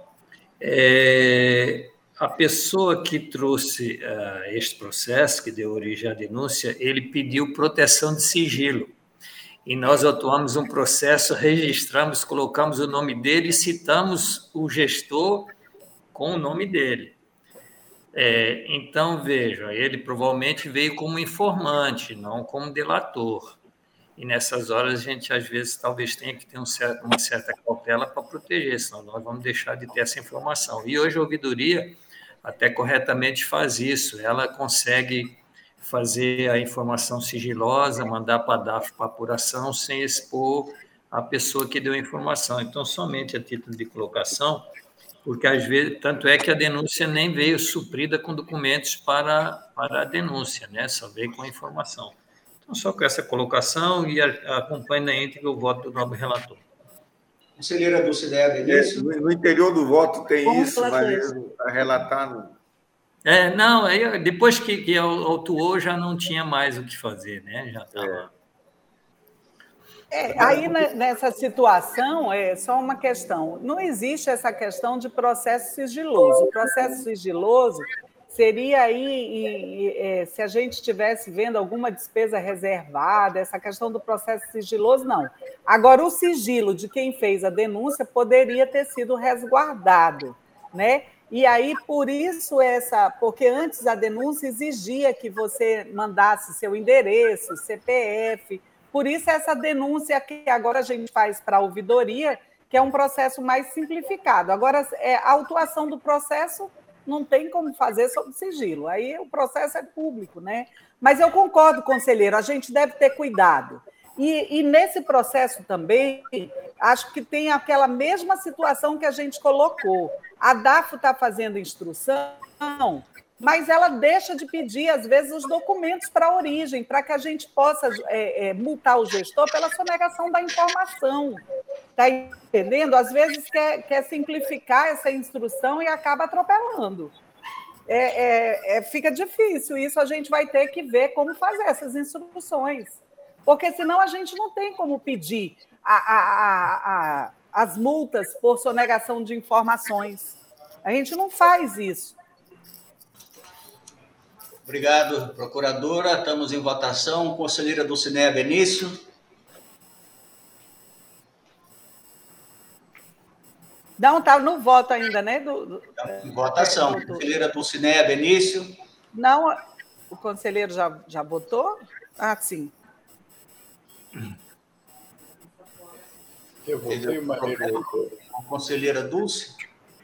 a pessoa que trouxe este processo, que deu origem à denúncia, ele pediu proteção de sigilo. E nós atuamos um processo, registramos, colocamos o nome dele e citamos o gestor com o nome dele. Então, vejam, ele provavelmente veio como informante, não como delator. E nessas horas a gente, às vezes, talvez tenha que ter uma certa cautela para proteger, senão nós vamos deixar de ter essa informação. E hoje a ouvidoria até corretamente faz isso, ela consegue fazer a informação sigilosa, mandar para a DAF para apuração, sem expor a pessoa que deu a informação. Então, somente a título de colocação, porque às vezes, tanto é que a denúncia nem veio suprida com documentos para a denúncia, né? Só veio com a informação. Então, só com essa colocação e acompanhe na íntegra o voto do nobre relator. Conselheira Dulcinea Benício. No interior do voto tem isso, mas a relatar... Não. Não, aí, depois que autuou, já não tinha mais o que fazer, né? Já estava... Aí, nessa situação, é só uma questão. Não existe essa questão de processo sigiloso. O processo sigiloso seria aí, se a gente estivesse vendo alguma despesa reservada, essa questão do processo sigiloso, não. Agora, o sigilo de quem fez a denúncia poderia ter sido resguardado, né? E aí, por isso, porque antes a denúncia exigia que você mandasse seu endereço, CPF, por isso essa denúncia que agora a gente faz para a ouvidoria, que é um processo mais simplificado. Agora, a autuação do processo não tem como fazer sob sigilo, aí o processo é público, né? Mas eu concordo, conselheiro, a gente deve ter cuidado. E nesse processo também, acho que tem aquela mesma situação que a gente colocou. A DAFO está fazendo instrução, mas ela deixa de pedir, às vezes, os documentos para a origem, para que a gente possa multar o gestor pela sonegação da informação. Está entendendo? Às vezes quer simplificar essa instrução e acaba atropelando. Fica difícil, isso a gente vai ter que ver como fazer essas instruções. Porque senão a gente não tem como pedir as multas por sonegação de informações. A gente não faz isso. Obrigado, procuradora. Estamos em votação. Conselheira Dulcinea Benício. Não, está no voto ainda, né? Em votação. Conselheira Dulcinea Benício. Não, o conselheiro já votou? Ah, sim. Eu votei uma conselheira Dulce.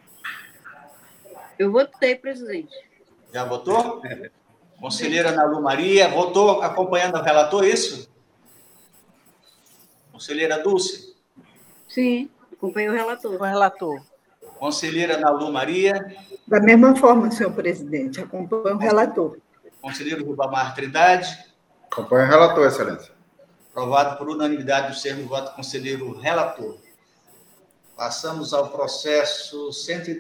Eu votei, presidente. Já votou? Conselheira Ana Lu Maria, votou acompanhando o relator, isso? Conselheira Dulce? Sim, acompanhei o relator. O relator. Conselheira Ana Lu Maria? Da mesma forma, senhor presidente, acompanho o relator. Conselheiro Ribamar Trindade? Acompanho o relator, excelência. Aprovado por unanimidade do termo do voto do conselheiro relator. Passamos ao processo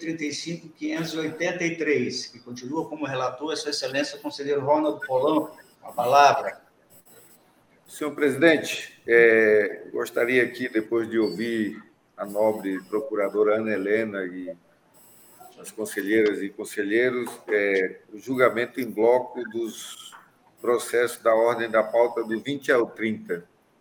135.583, que continua como relator, Sua Excelência, o conselheiro Ronaldo Polanco. Com a palavra. Senhor presidente, gostaria aqui, depois de ouvir a nobre procuradora Ana Helena e as conselheiras e conselheiros, o julgamento em bloco dos processos da ordem da pauta do 20 ao 30.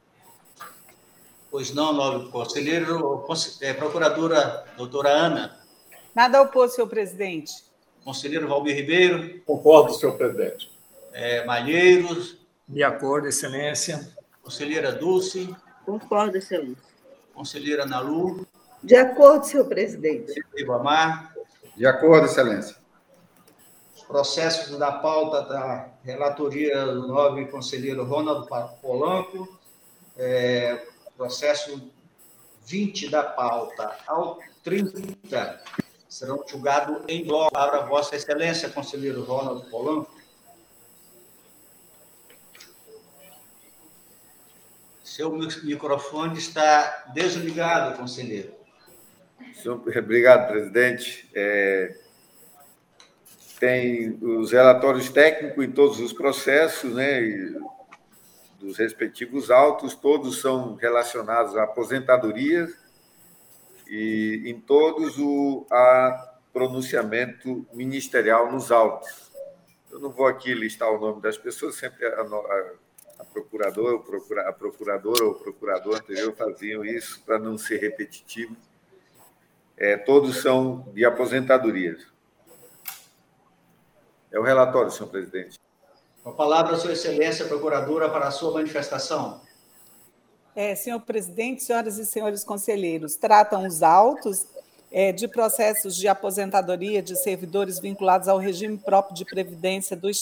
Pois não, nobre conselheiro. Procuradora doutora Ana. Nada a opor, senhor presidente. Conselheiro Valmir Ribeiro. Concordo, senhor presidente. Malheiros. De acordo, excelência. Conselheira Dulce. Concordo, excelência. Conselheira Nalu. De acordo, senhor presidente. Ribamar. De acordo, excelência. Os processos da pauta da relatoria do nobre conselheiro Ronaldo Polanco, processo 20 da pauta ao 30, serão julgados em bloco. Para Vossa Excelência, conselheiro Ronaldo Polanco. Seu microfone está desligado, conselheiro. Obrigado, presidente. Tem os relatórios técnicos em todos os processos, né, dos respectivos autos, todos são relacionados à aposentadoria e em todos há pronunciamento ministerial nos autos. Eu não vou aqui listar o nome das pessoas, sempre a procuradora ou o procurador anterior faziam isso para não ser repetitivo. Todos são de aposentadoria. É o relatório, senhor presidente. Com a palavra, sua excelência, procuradora, para a sua manifestação. Senhor presidente, senhoras e senhores conselheiros, tratam os autos de processos de aposentadoria de servidores vinculados ao regime próprio de previdência do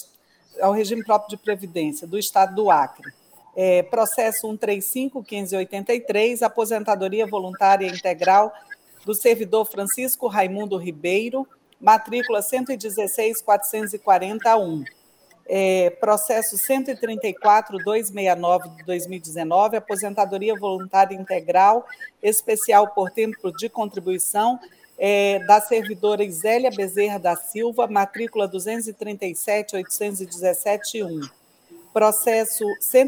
Estado do Acre. Processo 135.583, aposentadoria voluntária integral do servidor Francisco Raimundo Ribeiro, matrícula 116.440.1. Processo 134.269 de 2019, aposentadoria voluntária integral especial por tempo de contribuição da servidora Isélia Bezerra da Silva, matrícula 237.817.1. Processo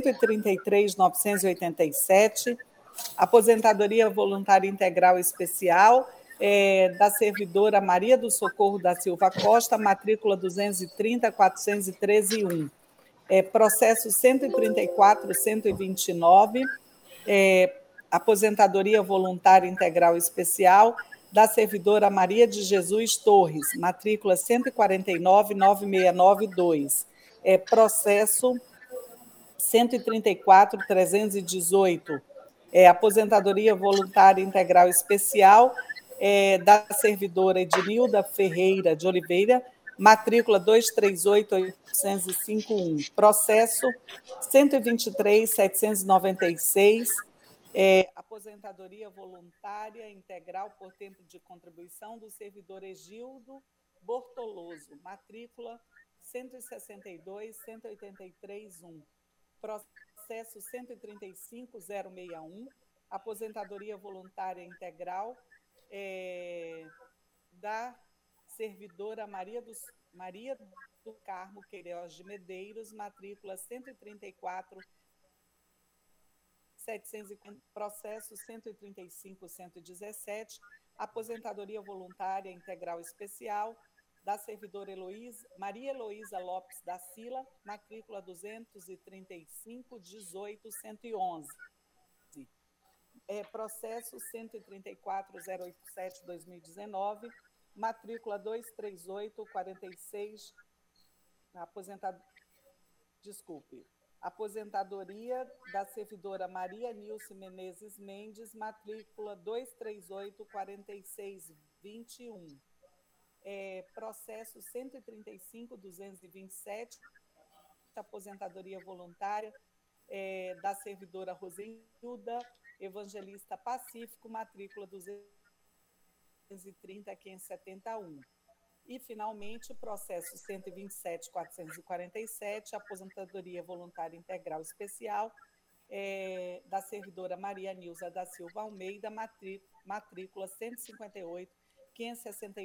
133.987, aposentadoria voluntária integral especial da servidora Maria do Socorro da Silva Costa, matrícula 230.413.1. Processo 134.129, aposentadoria voluntária integral especial da servidora Maria de Jesus Torres, matrícula 149.969.2. Processo 134.318, aposentadoria voluntária integral especial da servidora Ednilda Ferreira de Oliveira, matrícula 238.805.1. Processo 123.796, aposentadoria voluntária integral por tempo de contribuição do servidor Egildo Bortoloso, matrícula 162.183.1. Processo 135.061, aposentadoria voluntária integral da servidora Maria do Carmo Queiroz de Medeiros, matrícula 134.750, processo 135.117, aposentadoria voluntária integral especial da servidora Maria Heloísa Lopes da Sila, matrícula 235.18.111. Processo 134.087/2019, matrícula 238.46, aposentadoria da servidora Maria Nilce Menezes Mendes, matrícula 238.46.21. Processo 135.227, aposentadoria voluntária da servidora Rosenilda Evangelista Pacífico, matrícula 230.571. E, finalmente, o processo 127.447, aposentadoria voluntária integral especial da servidora Maria Nilza da Silva Almeida, matrícula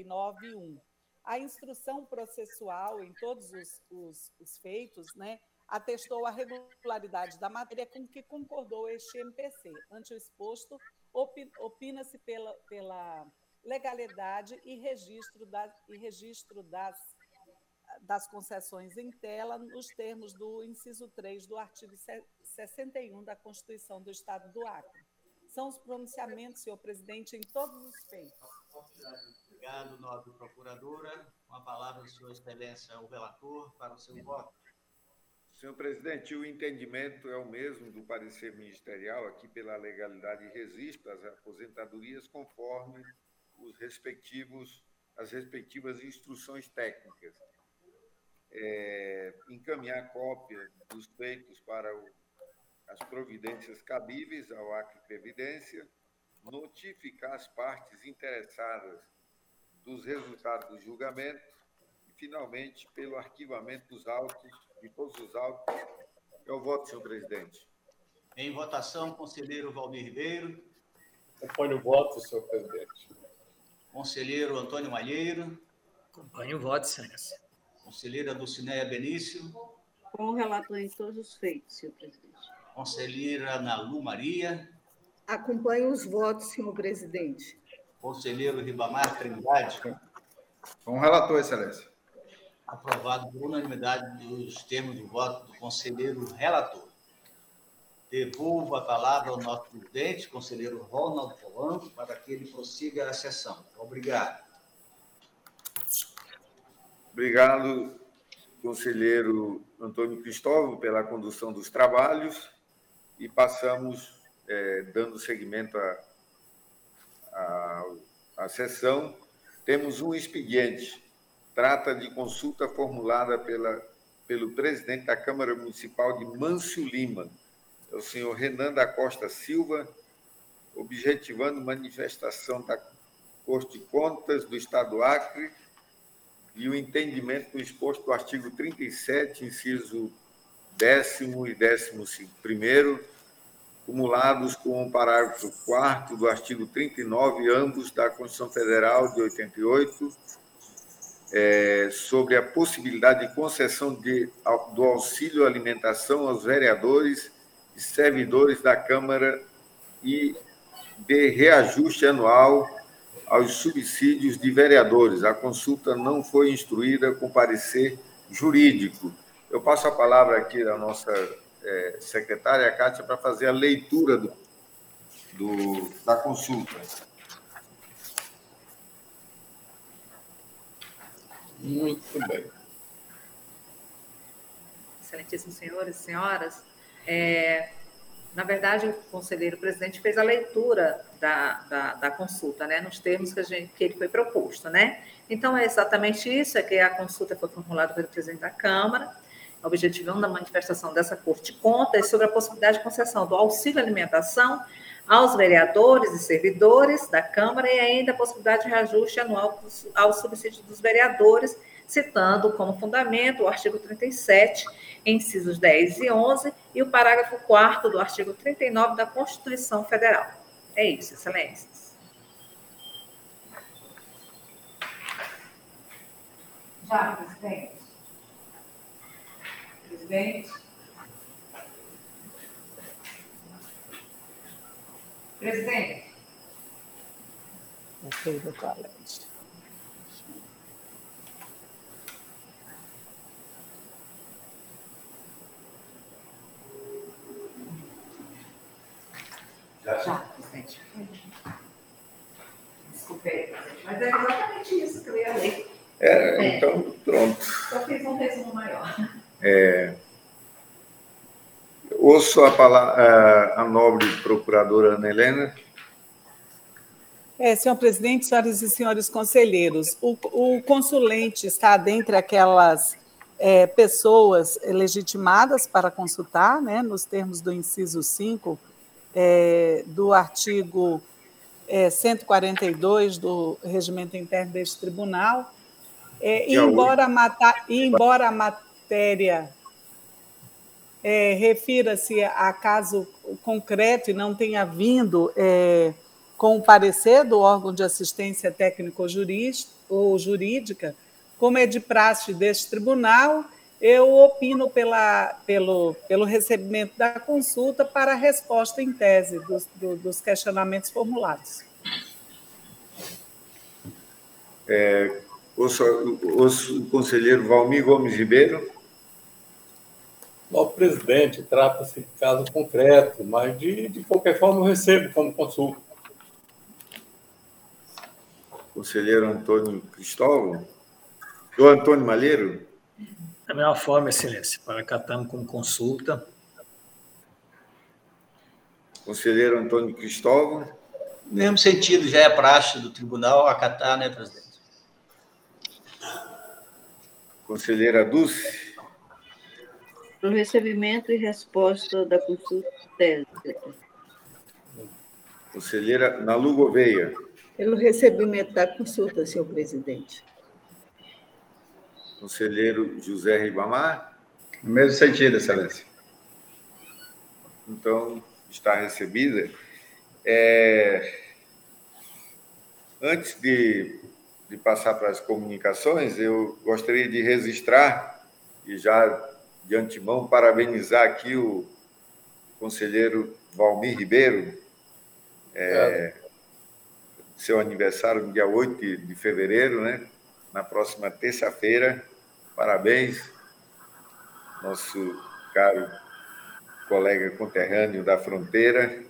158.569.1. A instrução processual em todos os feitos, né, atestou a regularidade da matéria com que concordou este MPC. Ante o exposto, opina-se pela legalidade e registro das concessões em tela nos termos do inciso 3 do artigo 61 da Constituição do Estado do Acre. São os pronunciamentos, senhor presidente, em todos os feitos. Obrigado, nobre procuradora. Com a palavra, sua excelência, o relator, para o seu voto. Senhor presidente, o entendimento é o mesmo do parecer ministerial, aqui pela legalidade e registro das aposentadorias, conforme as respectivas instruções técnicas. Encaminhar cópia dos feitos para as providências cabíveis ao Acre Previdência, notificar as partes interessadas dos resultados do julgamento e, finalmente, pelo arquivamento dos autos, de todos os autos. Eu voto, senhor presidente. Em votação, conselheiro Valmir Ribeiro. Acompanho o voto, senhor presidente. Conselheiro Antônio Malheiro. Acompanho o voto, excelência. Conselheira Dulcinéia Benício. Com o relator em todos os feitos, senhor presidente. Conselheira Nalu Maria. Acompanho os votos, senhor presidente. Conselheiro Ribamar Trindade. Com o relator, excelência. Aprovado por unanimidade dos termos do voto do conselheiro relator. Devolvo a palavra ao nosso presidente, conselheiro Ronaldo Polanco, para que ele prossiga a sessão. Obrigado. Obrigado, conselheiro Antônio Cristóvão, pela condução dos trabalhos, e passamos, dando seguimento à sessão. Temos um expediente, trata de consulta formulada pelo presidente da Câmara Municipal de Mâncio Lima, é o senhor Renan da Costa Silva, objetivando manifestação da Corte de Contas do Estado do Acre e o entendimento do exposto do artigo 37, inciso 10º e 11º, cumulados com o parágrafo 4º do artigo 39, ambos da Constituição Federal de 88, sobre a possibilidade de concessão do auxílio alimentação aos vereadores e servidores da Câmara e de reajuste anual aos subsídios de vereadores. A consulta não foi instruída com parecer jurídico. Eu passo a palavra aqui à nossa secretária, a Cátia, para fazer a leitura da consulta. Muito bem. Excelentíssimos senhores e senhoras, na verdade, o conselheiro presidente fez a leitura da consulta, né, nos termos que ele foi proposto, né? Então, é exatamente isso, é que a consulta foi formulada pelo presidente da Câmara, objetivando a manifestação dessa Corte de Contas sobre a possibilidade de concessão do auxílio alimentação aos vereadores e servidores da Câmara e ainda a possibilidade de reajuste anual ao subsídio dos vereadores, citando como fundamento o artigo 37, incisos 10 e 11, e o parágrafo 4º do artigo 39 da Constituição Federal. É isso, excelências. Já, presidente. Presidente. Presidente. Ok, doutor Alex. Já, presidente. Desculpe, mas é exatamente isso que eu ia ler. Então, pronto. Só fiz um resumo maior. Ouço a palavra a nobre procuradora Ana Helena. Senhor presidente, senhoras e senhores conselheiros, o consulente está dentre aquelas pessoas legitimadas para consultar, né, nos termos do inciso 5 do artigo 142 do Regimento Interno deste Tribunal, embora a matéria refira-se a caso concreto e não tenha vindo com o parecer do órgão de assistência técnico ou jurídica, como é de praxe deste tribunal, eu opino pelo recebimento da consulta para a resposta em tese dos questionamentos formulados. O conselheiro Valmir Gomes Ribeiro. Nosso presidente, trata-se de caso concreto, mas de qualquer forma eu recebo como consulta. Conselheiro Antônio Cristóvão. O Antônio Malheiro. Da mesma forma, excelência, para acatarmos como consulta. Conselheiro Antônio Cristóvão. No mesmo sentido, já é praxe do tribunal acatar, né, presidente? Conselheira Dulce. Para o recebimento e resposta da consulta tese. Conselheira Nalu Gouveia. Pelo recebimento da consulta, senhor presidente. Conselheiro José Ribamar. No mesmo sentido, excelência. Então, está recebida. Antes de passar para as comunicações, eu gostaria de registrar, e já de antemão, parabenizar aqui o conselheiro Valmir Ribeiro, seu aniversário no dia 8 de fevereiro, né? Na próxima terça-feira. Parabéns, nosso caro colega conterrâneo da fronteira.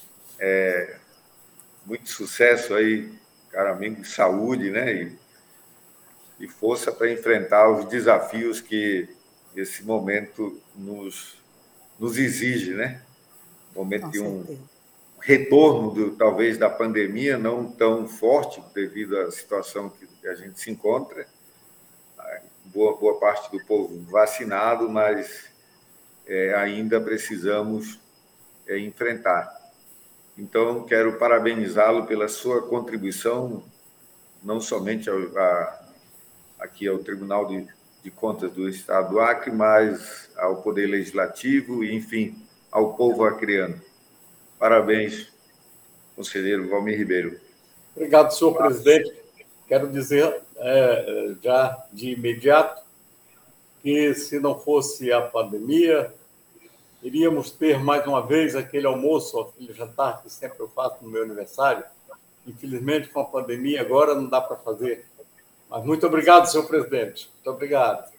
Muito sucesso aí, caro amigo, saúde, né? E força para enfrentar os desafios que esse momento nos exige, né? Momento de um retorno, talvez, da pandemia, não tão forte devido à situação que a gente se encontra. Boa parte do povo vacinado, mas ainda precisamos enfrentar. Então, quero parabenizá-lo pela sua contribuição, não somente aqui ao Tribunal de Contas do Estado do Acre, mas ao Poder Legislativo e, enfim, ao povo acreano. Parabéns, conselheiro Valmir Ribeiro. Obrigado, senhor presidente. Quero dizer, já de imediato, que se não fosse a pandemia, iríamos ter mais uma vez aquele almoço, aquele jantar que sempre eu faço no meu aniversário. Infelizmente, com a pandemia, agora não dá para fazer. Mas muito obrigado, senhor presidente. Muito obrigado.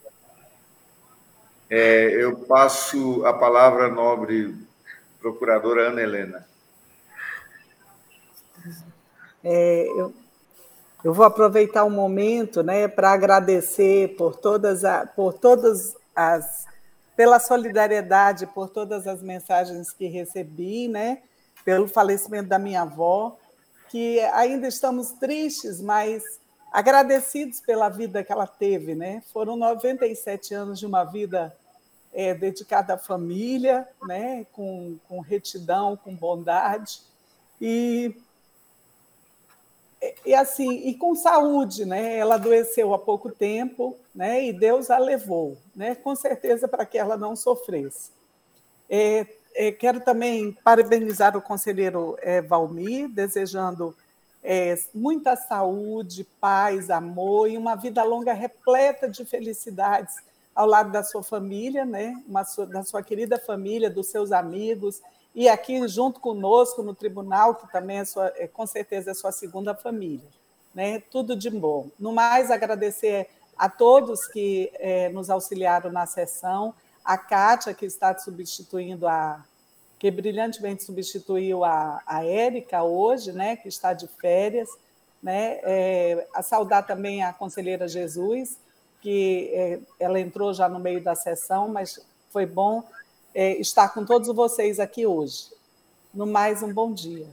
Eu passo a palavra à nobre procuradora Ana Helena. Eu vou aproveitar o momento, né, para agradecer pela solidariedade, por todas as mensagens que recebi, né, pelo falecimento da minha avó, que ainda estamos tristes, mas agradecidos pela vida que ela teve, né? Foram 97 anos de uma vida dedicada à família, né, com retidão, com bondade, e assim, e com saúde, né? Ela adoeceu há pouco tempo, né? E Deus a levou, né? Com certeza, para que ela não sofresse. Quero também parabenizar o conselheiro Valmir, desejando muita saúde, paz, amor e uma vida longa repleta de felicidades ao lado da sua família, né? Da sua querida família, dos seus amigos, e aqui junto conosco no tribunal, que também com certeza é sua segunda família, né? Tudo de bom. No mais, agradecer a todos que nos auxiliaram na sessão, a Kátia, que está substituindo que brilhantemente substituiu a Érica hoje, né? Que está de férias, né? A saudar também a conselheira Jesus, que ela entrou já no meio da sessão, mas foi bom estar com todos vocês aqui hoje. No mais, um bom dia.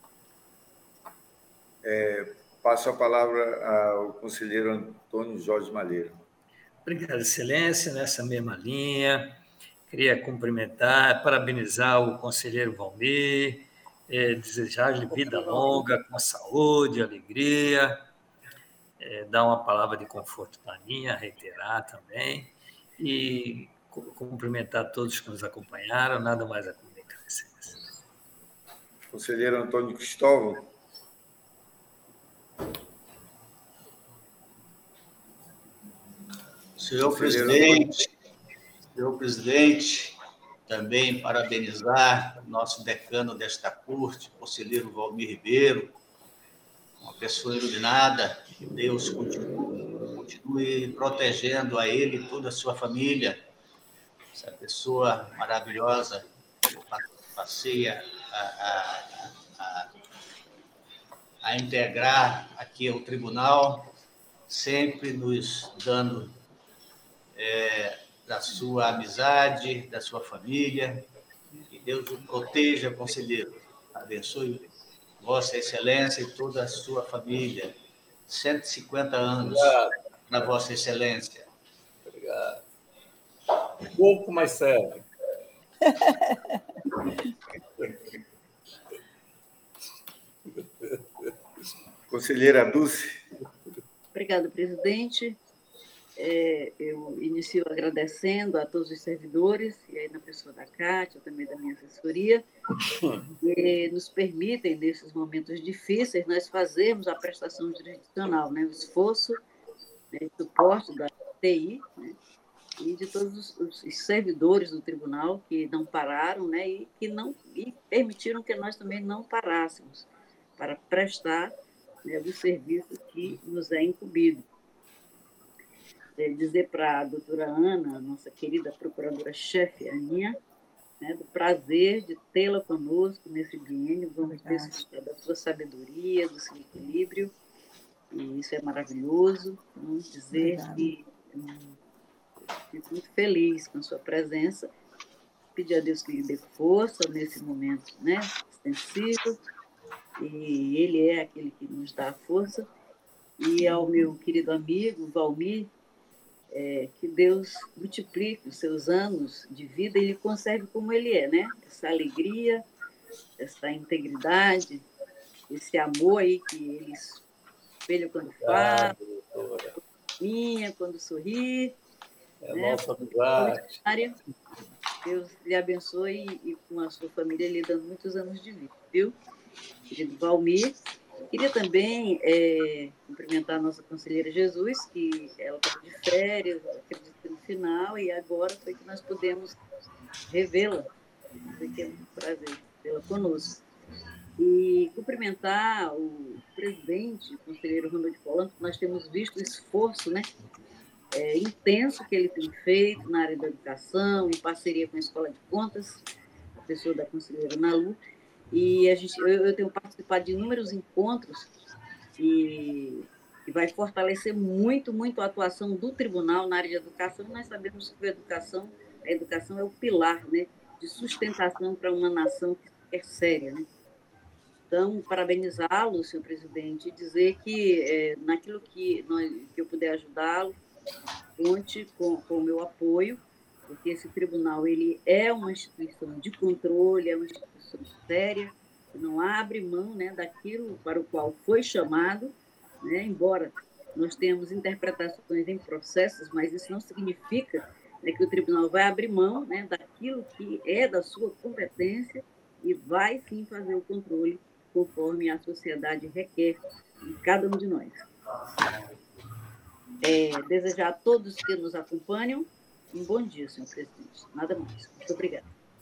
Passo a palavra ao conselheiro Antônio Jorge Malheiro. Obrigado, excelência, nessa mesma linha. Queria cumprimentar, parabenizar o conselheiro Valmir, desejar-lhe vida longa, com saúde, alegria, dar uma palavra de conforto para mim, reiterar também, e cumprimentar todos que nos acompanharam, nada mais a comunicar. Conselheiro Antônio Cristóvão. Senhor presidente, Senhor presidente, também parabenizar o nosso decano desta corte, conselheiro Valmir Ribeiro, uma pessoa iluminada, que Deus continue protegendo a ele e toda a sua família, essa pessoa maravilhosa. Eu passei a integrar aqui ao tribunal, sempre nos dando da sua amizade, da sua família. Que Deus o proteja, conselheiro. Abençoe Vossa Excelência e toda a sua família. 150 anos na Vossa Excelência. Obrigado. Pouco, mas serve. Conselheira Dulce. Obrigada, presidente. Eu inicio agradecendo a todos os servidores, e aí na pessoa da Cátia, também da minha assessoria, que nos permitem, nesses momentos difíceis, nós fazermos a prestação jurisdicional, né? O esforço, né, de suporte da TI, né, e de todos os servidores do tribunal que não pararam, né, e permitiram que nós também não parássemos para prestar, né, o serviço que nos é incumbido. Dizer para a doutora Ana, nossa querida procuradora-chefe, Aninha, né, do prazer de tê-la conosco nesse biênio, vamos desfrutar da sua sabedoria, do seu equilíbrio, e isso é maravilhoso. Vamos dizer que fico muito feliz com a sua presença, pedir a Deus que lhe dê força nesse momento, né, extensivo, e Ele é aquele que nos dá a força, e ao meu querido amigo Valmir, que Deus multiplique os seus anos de vida e lhe conserve como ele é, né? Essa alegria, essa integridade, esse amor aí que ele espelha quando fala, quando sorri. Né? Nossa amizade. Deus lhe abençoe e com a sua família lhe dando muitos anos de vida, viu? Querido Valmir. Queria também cumprimentar a nossa conselheira Jesus, que ela estava de férias, acredito que no final, e agora foi que nós pudemos revê-la. Foi que é um prazer tê-la conosco. E cumprimentar o presidente, o conselheiro Ronald Polanco, nós temos visto o esforço, né, intenso que ele tem feito na área da educação, em parceria com a Escola de Contas, a pessoa da conselheira Nalu. E eu tenho participado de inúmeros encontros e vai fortalecer muito, muito a atuação do tribunal na área de educação. Nós sabemos que a educação é o pilar, né, de sustentação para uma nação que é séria, né? Então, parabenizá-lo, senhor presidente, e dizer que naquilo que eu puder ajudá-lo, conte com o meu apoio, porque esse tribunal ele é uma instituição de controle, é uma instituição séria, que não abre mão, né, daquilo para o qual foi chamado, né, embora nós tenhamos interpretações em processos, mas isso não significa, né, que o tribunal vai abrir mão, né, daquilo que é da sua competência e vai, sim, fazer o controle conforme a sociedade requer em cada um de nós. Desejar a todos que nos acompanham um bom dia, senhor presidente. Nada mais. Muito obrigada.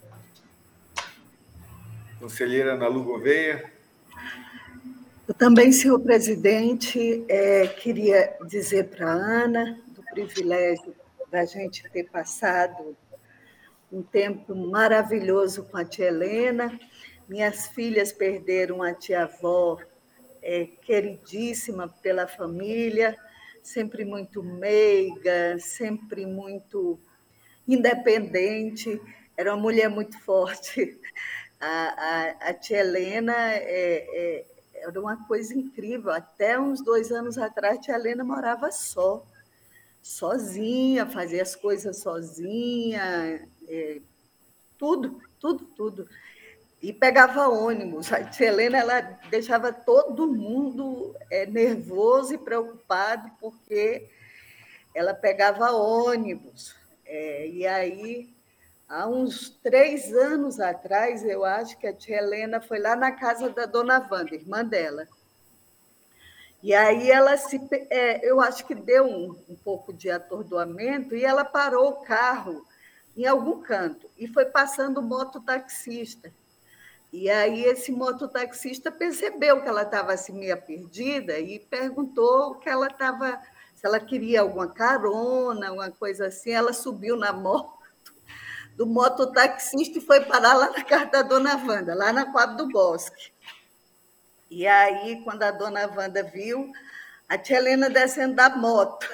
Conselheira Nalu Gouveia. Eu também, senhor presidente, queria dizer para a Ana do privilégio da gente ter passado um tempo maravilhoso com a tia Helena. Minhas filhas perderam a tia-avó, queridíssima pela família, sempre muito meiga, sempre muito independente, era uma mulher muito forte. A tia Helena era uma coisa incrível. Até uns 2 anos atrás, a tia Helena morava sozinha, fazia as coisas sozinha, tudo. E pegava ônibus. A tia Helena ela deixava todo mundo nervoso e preocupado, porque ela pegava ônibus. E aí, há uns 3 anos atrás, eu acho que a tia Helena foi lá na casa da dona Wanda, irmã dela. E aí ela eu acho que deu um pouco de atordoamento e ela parou o carro em algum canto, e foi passando o mototaxista. E aí esse mototaxista percebeu que ela estava assim meio perdida e perguntou que ela estava, se ela queria alguma carona, alguma coisa assim. Ela subiu na moto do mototaxista e foi parar lá na casa da dona Wanda, lá na Coab do Bosque. E aí, quando a dona Wanda viu, a tia Helena descendo da moto.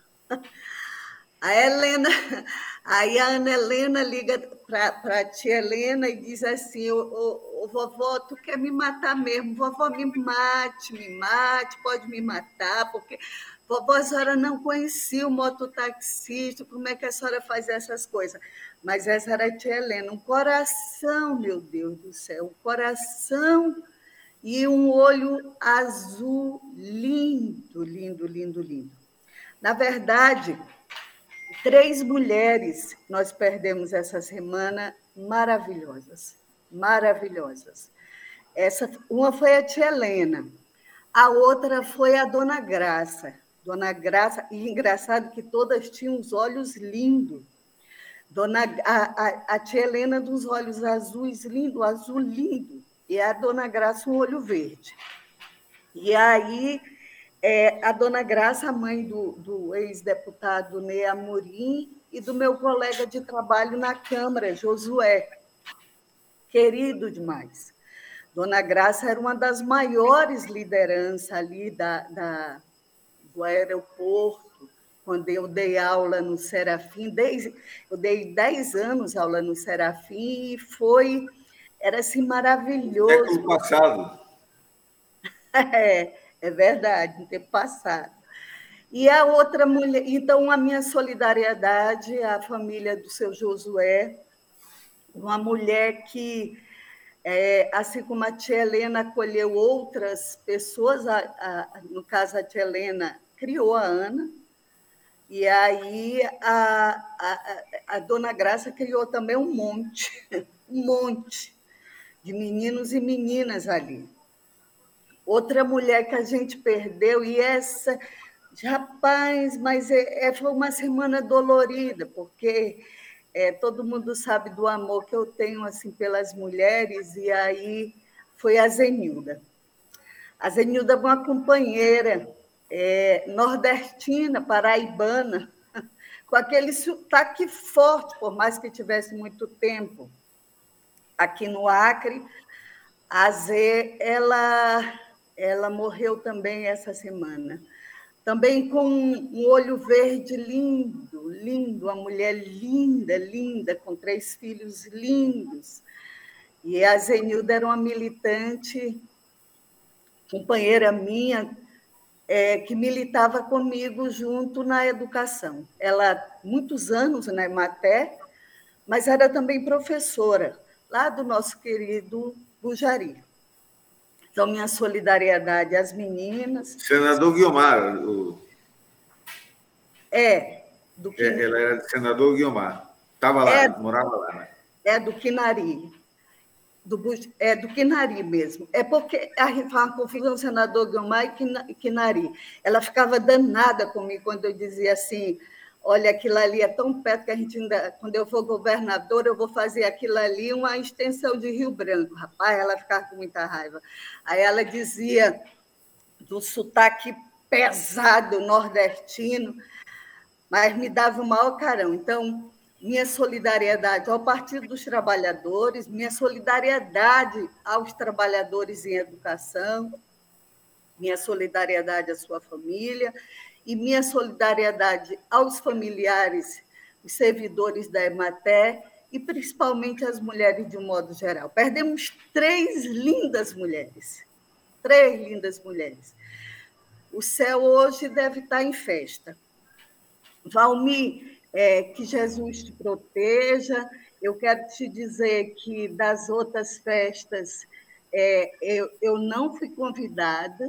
Aí a Ana Helena liga para a tia Helena e diz assim: ô, vovó, tu quer me matar mesmo? Vovó, me mate, pode me matar, porque vovó, a senhora não conhecia o mototaxista, como é que a senhora faz essas coisas? Mas essa era a tia Helena, um coração, meu Deus do céu, um coração e um olho azul lindo, lindo, lindo, lindo. Na verdade, 3 mulheres nós perdemos essa semana, maravilhosas, maravilhosas. Uma foi a tia Helena, a outra foi a Dona Graça. Dona Graça, e engraçado que todas tinham os olhos lindos. A tia Helena dos olhos azuis lindo, azul lindo, e a Dona Graça um olho verde. E aí a Dona Graça, a mãe do ex-deputado Ney Amorim e do meu colega de trabalho na Câmara, Josué, querido demais. Dona Graça era uma das maiores lideranças ali do aeroporto, quando eu dei aula no Serafim, eu dei 10 anos aula no Serafim e era assim maravilhoso. Século passado. É verdade, no tempo passado. E a outra mulher, então a minha solidariedade à família do seu Josué, uma mulher que, assim como a tia Helena acolheu outras pessoas, no caso a tia Helena criou a Ana, e aí a Dona Graça criou também um monte de meninos e meninas ali. Outra mulher que a gente perdeu, e essa, rapaz, mas foi uma semana dolorida, porque todo mundo sabe do amor que eu tenho assim, pelas mulheres, e aí foi a Zenilda. A Zenilda é uma companheira nordestina, paraibana, com aquele sotaque forte, por mais que tivesse muito tempo aqui no Acre. A Zé, ela morreu também essa semana. Também com um olho verde lindo, lindo, uma mulher linda, linda, com 3 filhos lindos. E a Zenilda era uma militante, companheira minha, que militava comigo junto na educação. Ela, muitos anos na Ematé, mas era também professora, lá do nosso querido Bujari. Então, minha solidariedade às meninas. Senador Guiomar. Ela era de senador Guiomar. Estava lá, morava lá, né? É do Quinari. Do Quinari mesmo. É porque a gente faz uma confusão, senador Guiomar e Quinari. Ela ficava danada comigo quando eu dizia assim: olha, aquilo ali é tão perto que a gente ainda, quando eu for governadora, eu vou fazer aquilo ali uma extensão de Rio Branco. Rapaz, ela ficava com muita raiva. Aí ela dizia do sotaque pesado nordestino, mas me dava o maior carão. Então, minha solidariedade ao Partido dos Trabalhadores, minha solidariedade aos trabalhadores em educação, minha solidariedade à sua família, e minha solidariedade aos familiares, os servidores da Ematé e principalmente às mulheres de um modo geral. Perdemos 3 lindas mulheres. 3 lindas mulheres. O céu hoje deve estar em festa. Valmir, que Jesus te proteja. Eu quero te dizer que das outras festas eu não fui convidada,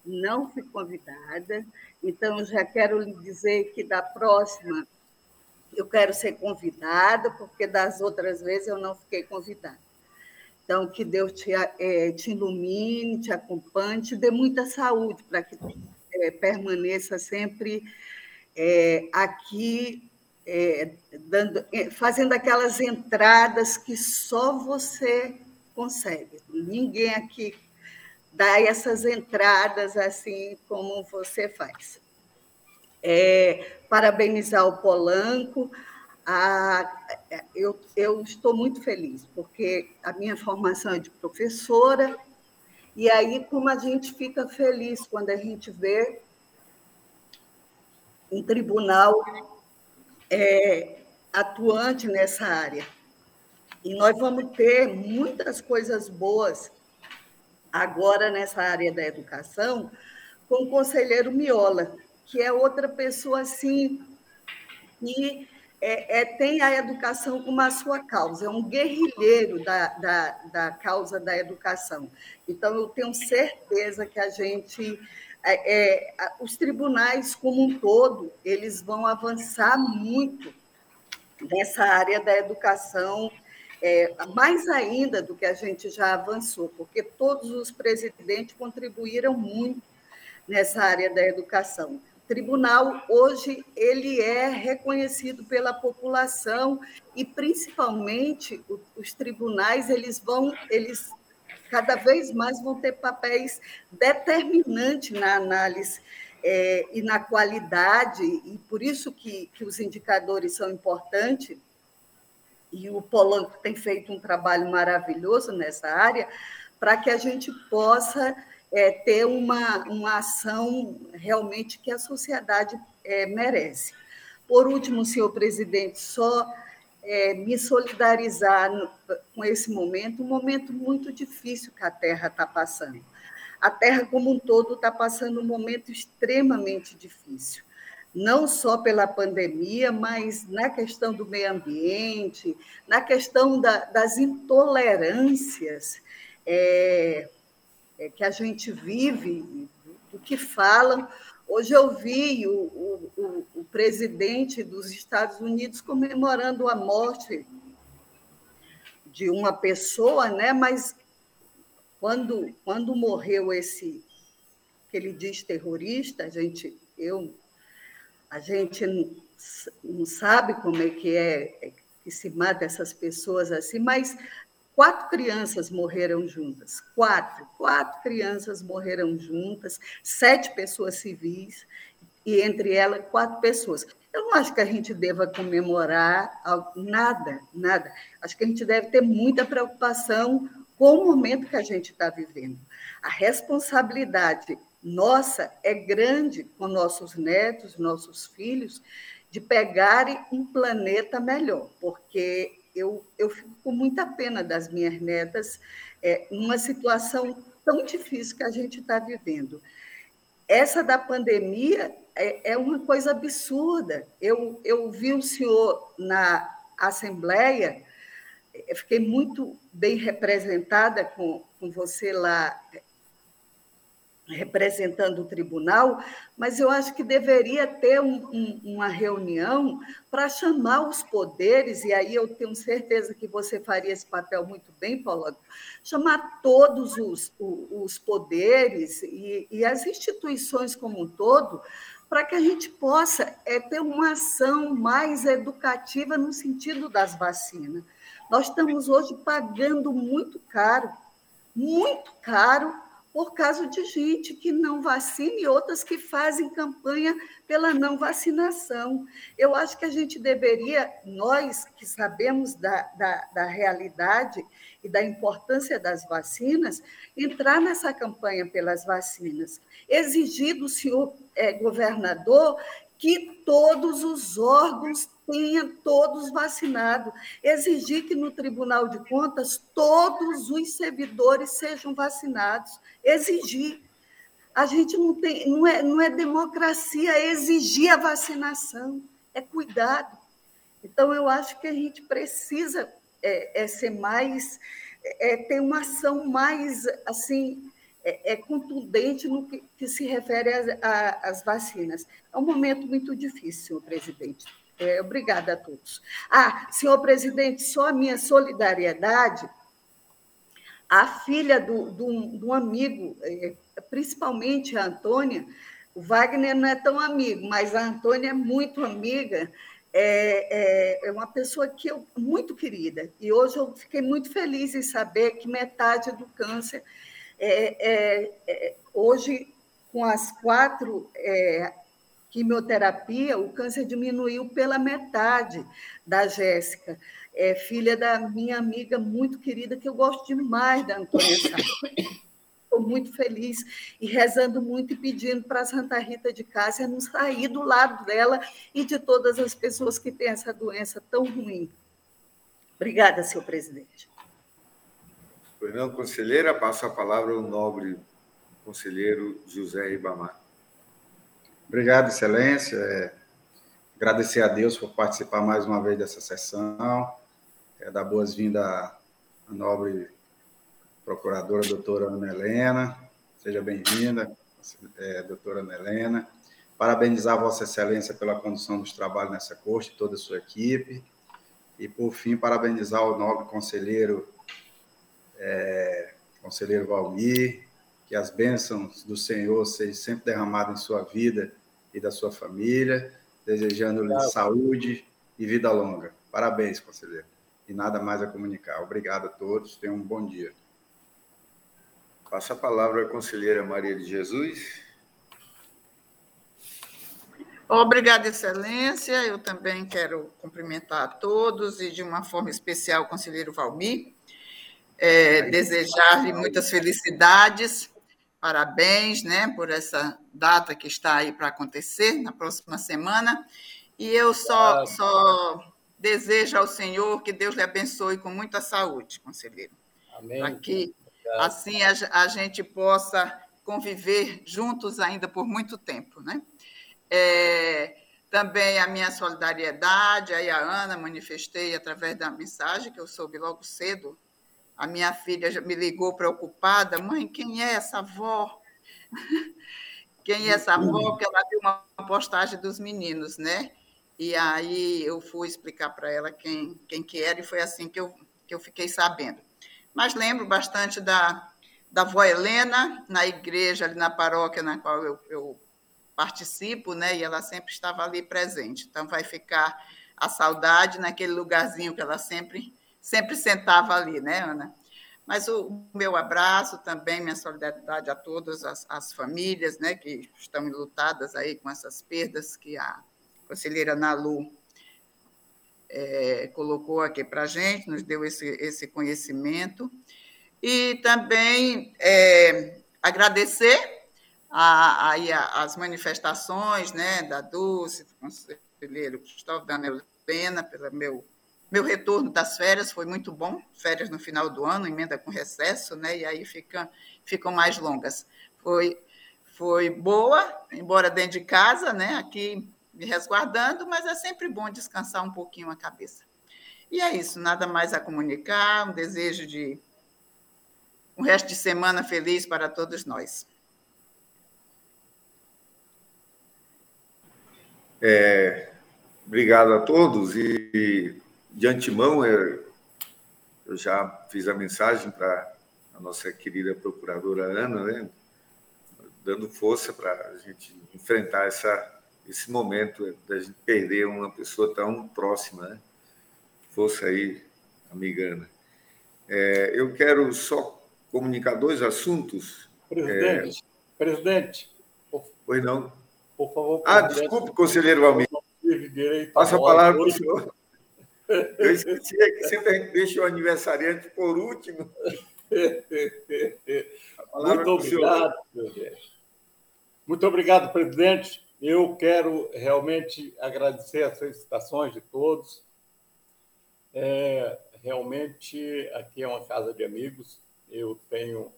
então, eu já quero lhe dizer que da próxima eu quero ser convidada, porque das outras vezes eu não fiquei convidada. Então, que Deus te ilumine, te acompanhe, te dê muita saúde para que permaneça sempre aqui fazendo aquelas entradas que só você consegue. Ninguém aqui dá essas entradas assim como você faz. Parabenizar o Polanco. Eu estou muito feliz, porque a minha formação é de professora, e aí como a gente fica feliz quando a gente vê um tribunal atuante nessa área. E nós vamos ter muitas coisas boas agora nessa área da educação com o conselheiro Miola, que é outra pessoa assim que tem a educação como a sua causa, é um guerrilheiro da causa da educação. Então, eu tenho certeza que a gente, os tribunais como um todo, eles vão avançar muito nessa área da educação, mais ainda do que a gente já avançou, porque todos os presidentes contribuíram muito nessa área da educação. O tribunal, hoje, ele é reconhecido pela população e, principalmente, os tribunais, eles cada vez mais vão ter papéis determinantes na análise e na qualidade, e por isso que os indicadores são importantes, e o Polanco tem feito um trabalho maravilhoso nessa área, para que a gente possa ter uma ação realmente que a sociedade merece. Por último, senhor presidente, só me solidarizar com esse momento, um momento muito difícil que a Terra está passando. A Terra, como um todo, está passando um momento extremamente difícil, não só pela pandemia, mas na questão do meio ambiente, na questão das intolerâncias que a gente vive, do que falam. Hoje eu vi o presidente dos Estados Unidos comemorando a morte de uma pessoa, né? Mas quando morreu que ele diz terrorista, a gente não sabe como é que se mata essas pessoas assim, mas 4 crianças morreram juntas, 4 crianças morreram juntas, 7 pessoas civis, e entre elas 4 pessoas. Eu não acho que a gente deva comemorar nada. Acho que a gente deve ter muita preocupação com o momento que a gente está vivendo. A responsabilidade nossa é grande com nossos netos, nossos filhos, de pegarem um planeta melhor, porque eu fico com muita pena das minhas netas numa situação tão difícil que a gente está vivendo. Essa da pandemia é uma coisa absurda. Eu vi o senhor na Assembleia, fiquei muito bem representada com você lá, representando o tribunal, mas eu acho que deveria ter uma reunião para chamar os poderes, e aí eu tenho certeza que você faria esse papel muito bem, Paulo, chamar todos os poderes e as instituições como um todo, para que a gente possa ter uma ação mais educativa no sentido das vacinas. Nós estamos hoje pagando muito caro, por causa de gente que não vacina e outras que fazem campanha pela não vacinação. Eu acho que a gente deveria, nós que sabemos da realidade e da importância das vacinas, entrar nessa campanha pelas vacinas, exigir do senhor governador que todos os órgãos tenham todos vacinados, exigir que no Tribunal de Contas todos os servidores sejam vacinados, exigir. A gente não é democracia exigir a vacinação, é cuidado. Então, eu acho que a gente precisa ser mais, ter uma ação mais assim, contundente no que se refere às vacinas. É um momento muito difícil, senhor presidente. Obrigada a todos. Senhor presidente, só a minha solidariedade à filha de um amigo, principalmente a Antônia. O Wagner não é tão amigo, mas a Antônia é muito amiga, é uma pessoa que eu muito querida. E hoje eu fiquei muito feliz em saber que metade do câncer, hoje, com as 4 quimioterapia, o câncer diminuiu pela metade da Jéssica, filha da minha amiga muito querida, que eu gosto demais da Antônia Sá. Estou muito feliz e rezando muito e pedindo para a Santa Rita de Cássia não sair do lado dela e de todas as pessoas que têm essa doença tão ruim. Obrigada, senhor presidente. Pois não, conselheira, passo a palavra ao nobre conselheiro José Ribamar. Obrigado, excelência. Agradecer a Deus por participar mais uma vez dessa sessão, dar boas-vindas à nobre procuradora doutora Ana Helena. Seja bem-vinda, doutora Ana Helena. Parabenizar Vossa Excelência pela condução dos trabalhos nessa corte, toda a sua equipe. E, por fim, parabenizar o nobre conselheiro Valmir, que as bênçãos do Senhor sejam sempre derramadas em sua vida e da sua família, desejando-lhe saúde e vida longa. Parabéns, conselheiro. E nada mais a comunicar. Obrigado a todos. Tenham um bom dia. Passa a palavra à conselheira Maria de Jesus. Obrigada, excelência. Eu também quero cumprimentar a todos e, de uma forma especial, o conselheiro Valmir. Desejar-lhe muitas felicidades, parabéns, né, por essa data que está aí para acontecer na próxima semana. E eu só desejo ao Senhor que Deus lhe abençoe com muita saúde, conselheiro. Amém. Para que assim a gente possa conviver juntos ainda por muito tempo, né? Também a minha solidariedade, aí a Ana manifestei através da mensagem que eu soube logo cedo. A minha filha já me ligou preocupada: mãe, quem é essa avó? Quem é essa avó? Porque ela viu uma postagem dos meninos, né? E aí eu fui explicar para ela quem que era, e foi assim que eu fiquei sabendo. Mas lembro bastante da avó Helena, na igreja, ali na paróquia na qual eu participo, né? E ela sempre estava ali presente. Então, vai ficar a saudade naquele lugarzinho que ela sempre sentava ali, né, Ana? Mas o meu abraço também, minha solidariedade a todas as famílias, né, que estão enlutadas aí com essas perdas que a conselheira Nalu colocou aqui para a gente, nos deu esse conhecimento. E também agradecer as manifestações, né, da Dulce, do conselheiro Cristóvão, da Ana Helena, pelo meu retorno das férias. Foi muito bom, férias no final do ano, emenda com recesso, né, e aí ficam mais longas. Foi boa, embora dentro de casa, né, aqui me resguardando, mas é sempre bom descansar um pouquinho a cabeça. E é isso, nada mais a comunicar, um desejo de um resto de semana feliz para todos nós. Obrigado a todos, e de antemão eu já fiz a mensagem para a nossa querida procuradora Ana, né, dando força para a gente enfrentar esse momento da gente perder uma pessoa tão próxima, né? Força aí, amiga Ana. Eu quero só comunicar 2 assuntos. Presidente. Pois não. Por favor. Desculpe, conselheiro Valmir. Passa a palavra para o senhor. Eu esqueci que sempre a gente deixa o aniversariante por último. Muito obrigado, presidente. Muito obrigado, presidente. Eu quero realmente agradecer as felicitações de todos. Realmente, aqui é uma casa de amigos. Eu tenho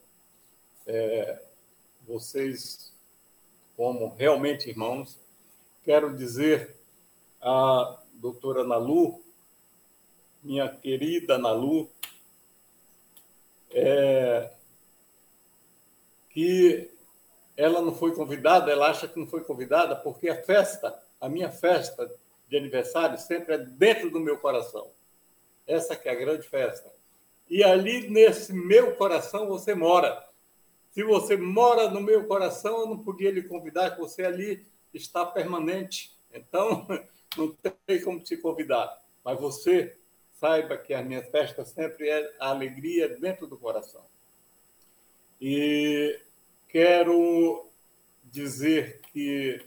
vocês como realmente irmãos. Quero dizer à doutora Nalu, minha querida Nalu, que ela não foi convidada, ela acha que não foi convidada, porque a minha festa de aniversário sempre é dentro do meu coração. Essa que é a grande festa. E ali, nesse meu coração, você mora. Se você mora no meu coração, eu não podia lhe convidar, que você ali está permanente. Então, não tem como te convidar, mas você saiba que a minha festa sempre é a alegria dentro do coração. E quero dizer que,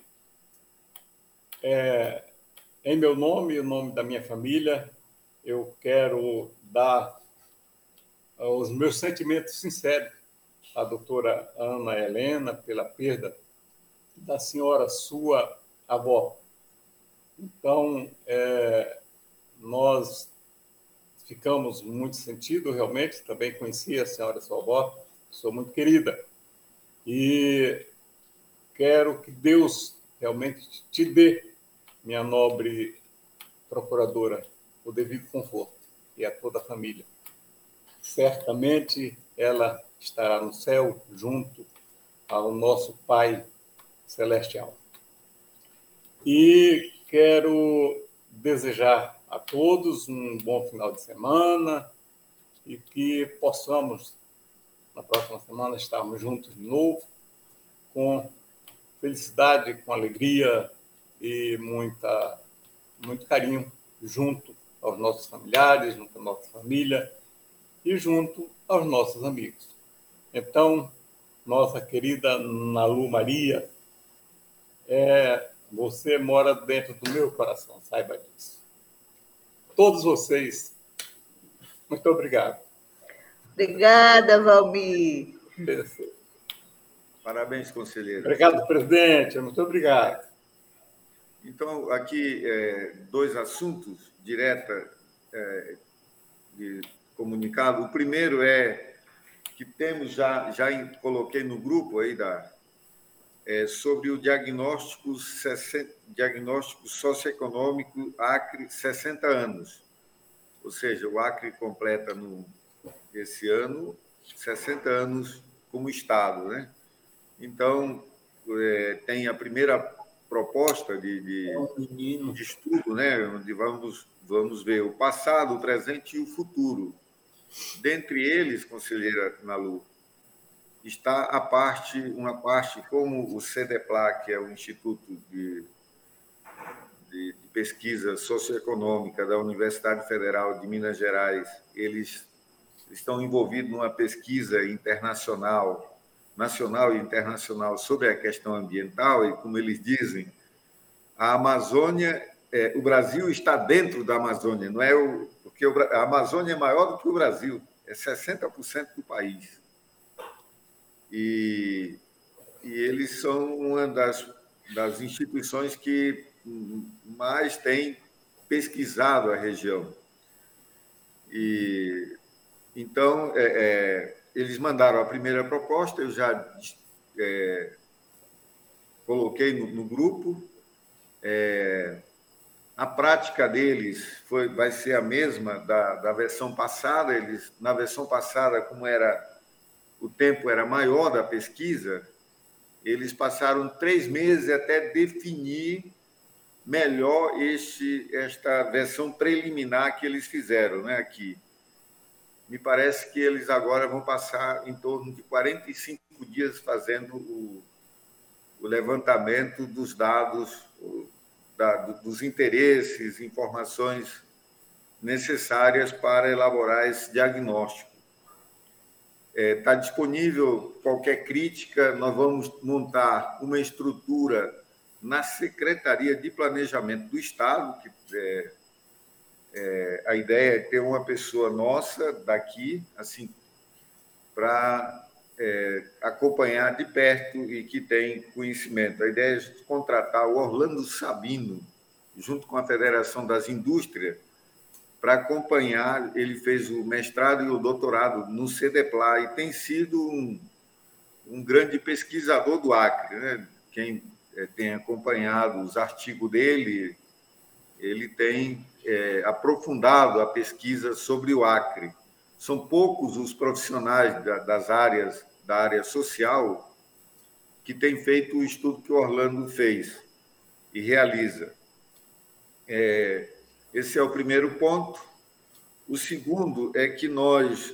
em meu nome e o nome da minha família, eu quero dar os meus sentimentos sinceros à doutora Ana Helena pela perda da senhora, sua avó. Então, nós ficamos muito sentidos, realmente. Também conheci a senhora, sua avó, sou muito querida. E quero que Deus realmente te dê, minha nobre procuradora, o devido conforto, e a toda a família. Certamente ela estará no céu junto ao nosso Pai Celestial. E quero desejar a todos um bom final de semana e que possamos, na próxima semana, estarmos juntos de novo, com felicidade, com alegria e muito carinho, junto aos nossos familiares, junto à nossa família e junto aos nossos amigos. Então, nossa querida Nalu Maria, você mora dentro do meu coração, saiba disso. Todos vocês, muito obrigado. Obrigada, Valmir. Parabéns, conselheiro. Obrigado, presidente. Muito obrigado. Então, aqui, dois assuntos direta de comunicado. O primeiro é que temos, já coloquei no grupo aí sobre o diagnóstico socioeconômico Acre 60 anos. Ou seja, o Acre completa esse ano 60 anos como Estado, né? Então, tem a primeira proposta de estudo, né? Onde vamos ver o passado, o presente e o futuro. Dentre eles, conselheira Nalu, está uma parte como o CEDEPLA, que é o Instituto de Pesquisa Socioeconômica da Universidade Federal de Minas Gerais. Eles estão envolvidos numa pesquisa internacional, nacional e internacional, sobre a questão ambiental, e, como eles dizem, a Amazônia, o Brasil está dentro da Amazônia, não é porque a Amazônia é maior do que o Brasil, é 60% do país. E eles são uma das instituições que mais têm pesquisado a região. E então, eles mandaram a primeira proposta, eu já coloquei no grupo. A prática deles vai ser a mesma da versão passada. Na versão passada, como o tempo era maior da pesquisa, eles passaram 3 meses até definir melhor esta versão preliminar que eles fizeram, né, aqui. Me parece que eles agora vão passar em torno de 45 dias fazendo o levantamento dos dados, dos interesses, informações necessárias para elaborar esse diagnóstico. Está disponível qualquer crítica, nós vamos montar uma estrutura na Secretaria de Planejamento do Estado, que a ideia é ter uma pessoa nossa daqui, assim, para acompanhar de perto e que tem conhecimento. A ideia é contratar o Orlando Sabino, junto com a Federação das Indústrias, para acompanhar. Ele fez o mestrado e o doutorado no CEDEPLA e tem sido um grande pesquisador do Acre, né? Quem tem acompanhado os artigos dele, ele tem aprofundado a pesquisa sobre o Acre. São poucos os profissionais da área social que têm feito o estudo que o Orlando fez e realiza. Esse é o primeiro ponto. O segundo é que nós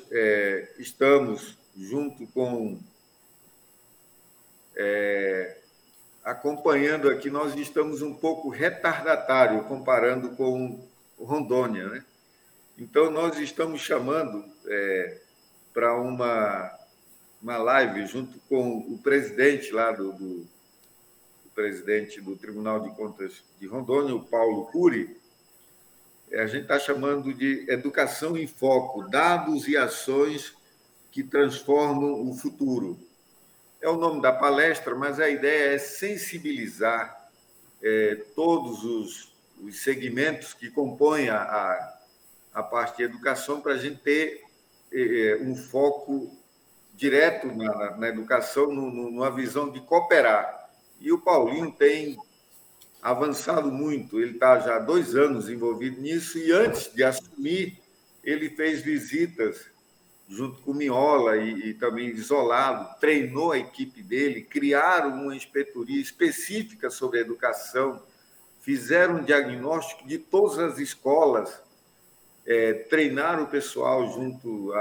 estamos, junto com acompanhando aqui, nós estamos um pouco retardatário comparando com Rondônia, né? Então, nós estamos chamando para uma live junto com o presidente lá o presidente do Tribunal de Contas de Rondônia, o Paulo Cury. A gente está chamando de Educação em Foco, dados e ações que transformam o futuro. É o nome da palestra, mas a ideia é sensibilizar todos os segmentos que compõem a parte de educação para a gente ter um foco direto na educação, numa visão de cooperar. E o Paulinho tem avançado muito, ele está já há 2 anos envolvido nisso, e antes de assumir, ele fez visitas junto com o Miola e também isolado, treinou a equipe dele, criaram uma inspetoria específica sobre a educação, fizeram um diagnóstico de todas as escolas, treinaram o pessoal junto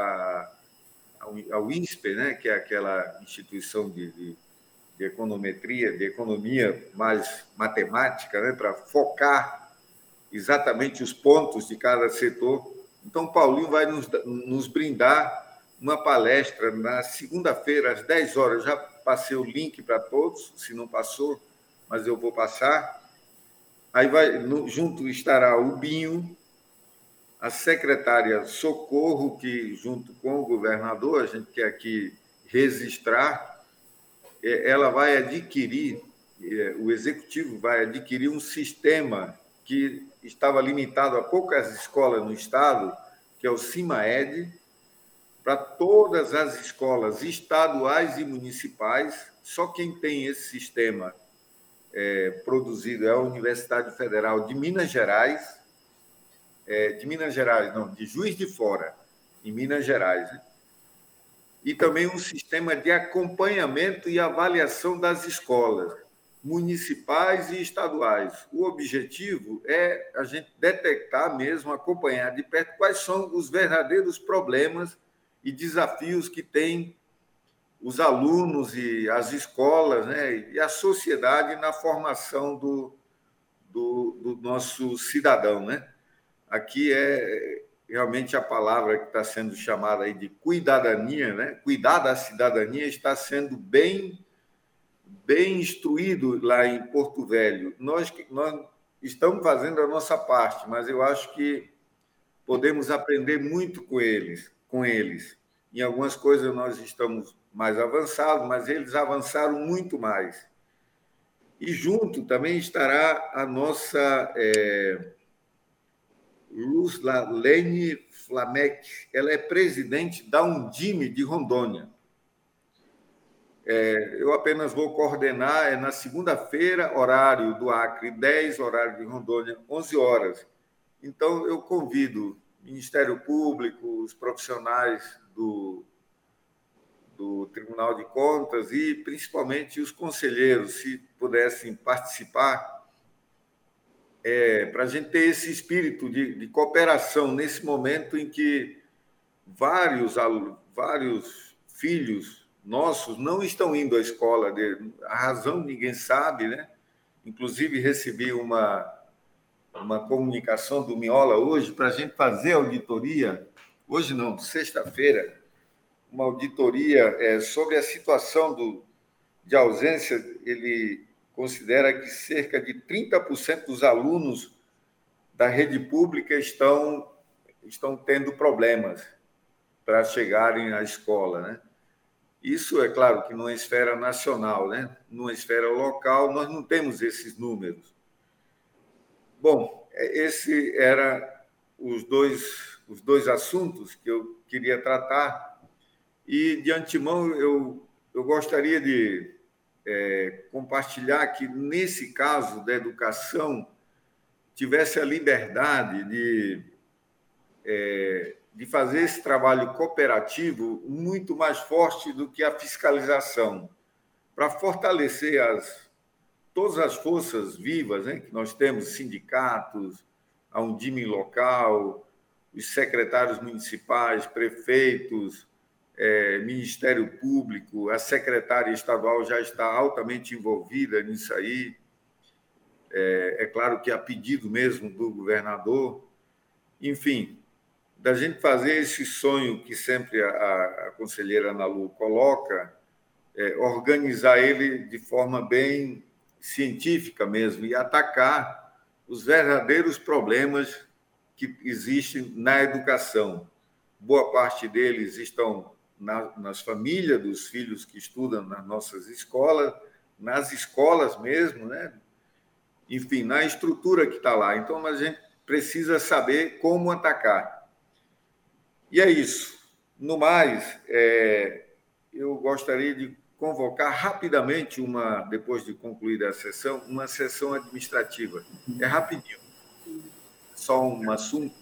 ao INSPER, né, que é aquela instituição de econometria, de economia mais matemática, né, para focar exatamente os pontos de cada setor. Então, Paulinho vai nos brindar uma palestra na segunda-feira, às 10 horas. Já passei o link para todos, se não passou, mas eu vou passar. Aí junto estará o Binho, a secretária Socorro, que, junto com o governador, a gente quer aqui registrar, ela vai adquirir, o executivo vai adquirir um sistema que estava limitado a poucas escolas no estado, que é o CIMAED, para todas as escolas estaduais e municipais. Só quem tem esse sistema produzido é a Universidade Federal de Minas Gerais, de Juiz de Fora, em Minas Gerais, né? E também um sistema de acompanhamento e avaliação das escolas municipais e estaduais. O objetivo é a gente detectar mesmo, acompanhar de perto quais são os verdadeiros problemas e desafios que têm os alunos e as escolas, né, e a sociedade na formação do nosso cidadão, né? Aqui é realmente a palavra que está sendo chamada aí de cuidadania, né? Cuidar da cidadania está sendo bem instruído lá em Porto Velho. Nós estamos fazendo a nossa parte, mas eu acho que podemos aprender muito com eles. Em algumas coisas nós estamos mais avançados, mas eles avançaram muito mais. E junto também estará a nossa Luzlalene Flamec. Ela é presidente da Undime de Rondônia. Eu apenas vou coordenar, na segunda-feira, horário do Acre 10, horário de Rondônia 11 horas. Então, eu convido o Ministério Público, os profissionais do Tribunal de Contas e, principalmente, os conselheiros, se pudessem participar, para a gente ter esse espírito de cooperação nesse momento em que vários filhos nossos não estão indo à escola. A razão ninguém sabe, né? Inclusive, recebi uma comunicação do Miola hoje para a gente fazer auditoria, hoje não, sexta-feira, uma auditoria sobre a situação de ausência. Ele considera que cerca de 30% dos alunos da rede pública estão tendo problemas para chegarem à escola, né? Isso, é claro, que numa esfera nacional, né? Numa esfera local, nós não temos esses números. Bom, esse era os dois assuntos que eu queria tratar. E, de antemão, eu gostaria de compartilhar que, nesse caso da educação, tivesse a liberdade de fazer esse trabalho cooperativo muito mais forte do que a fiscalização, para fortalecer todas as forças vivas, né, que nós temos, sindicatos, a Undime local, os secretários municipais, prefeitos, Ministério Público, a secretária estadual já está altamente envolvida nisso aí. É claro que a pedido mesmo do governador. Enfim, da gente fazer esse sonho que sempre a conselheira Ana Lu coloca, organizar ele de forma bem científica mesmo e atacar os verdadeiros problemas que existem na educação. Boa parte deles estão nas famílias dos filhos que estudam nas nossas escolas, nas escolas mesmo, né? Enfim, na estrutura que está lá. Então, a gente precisa saber como atacar. E é isso. No mais, eu gostaria de convocar rapidamente, depois de concluir a sessão, uma sessão administrativa. É rapidinho. Só um assunto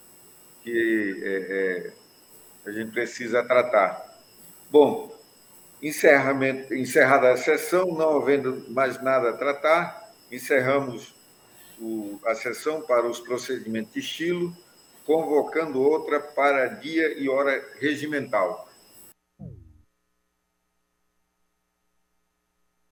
que a gente precisa tratar. Bom, encerrada a sessão, não havendo mais nada a tratar, encerramos a sessão para os procedimentos de estilo, convocando outra para dia e hora regimental.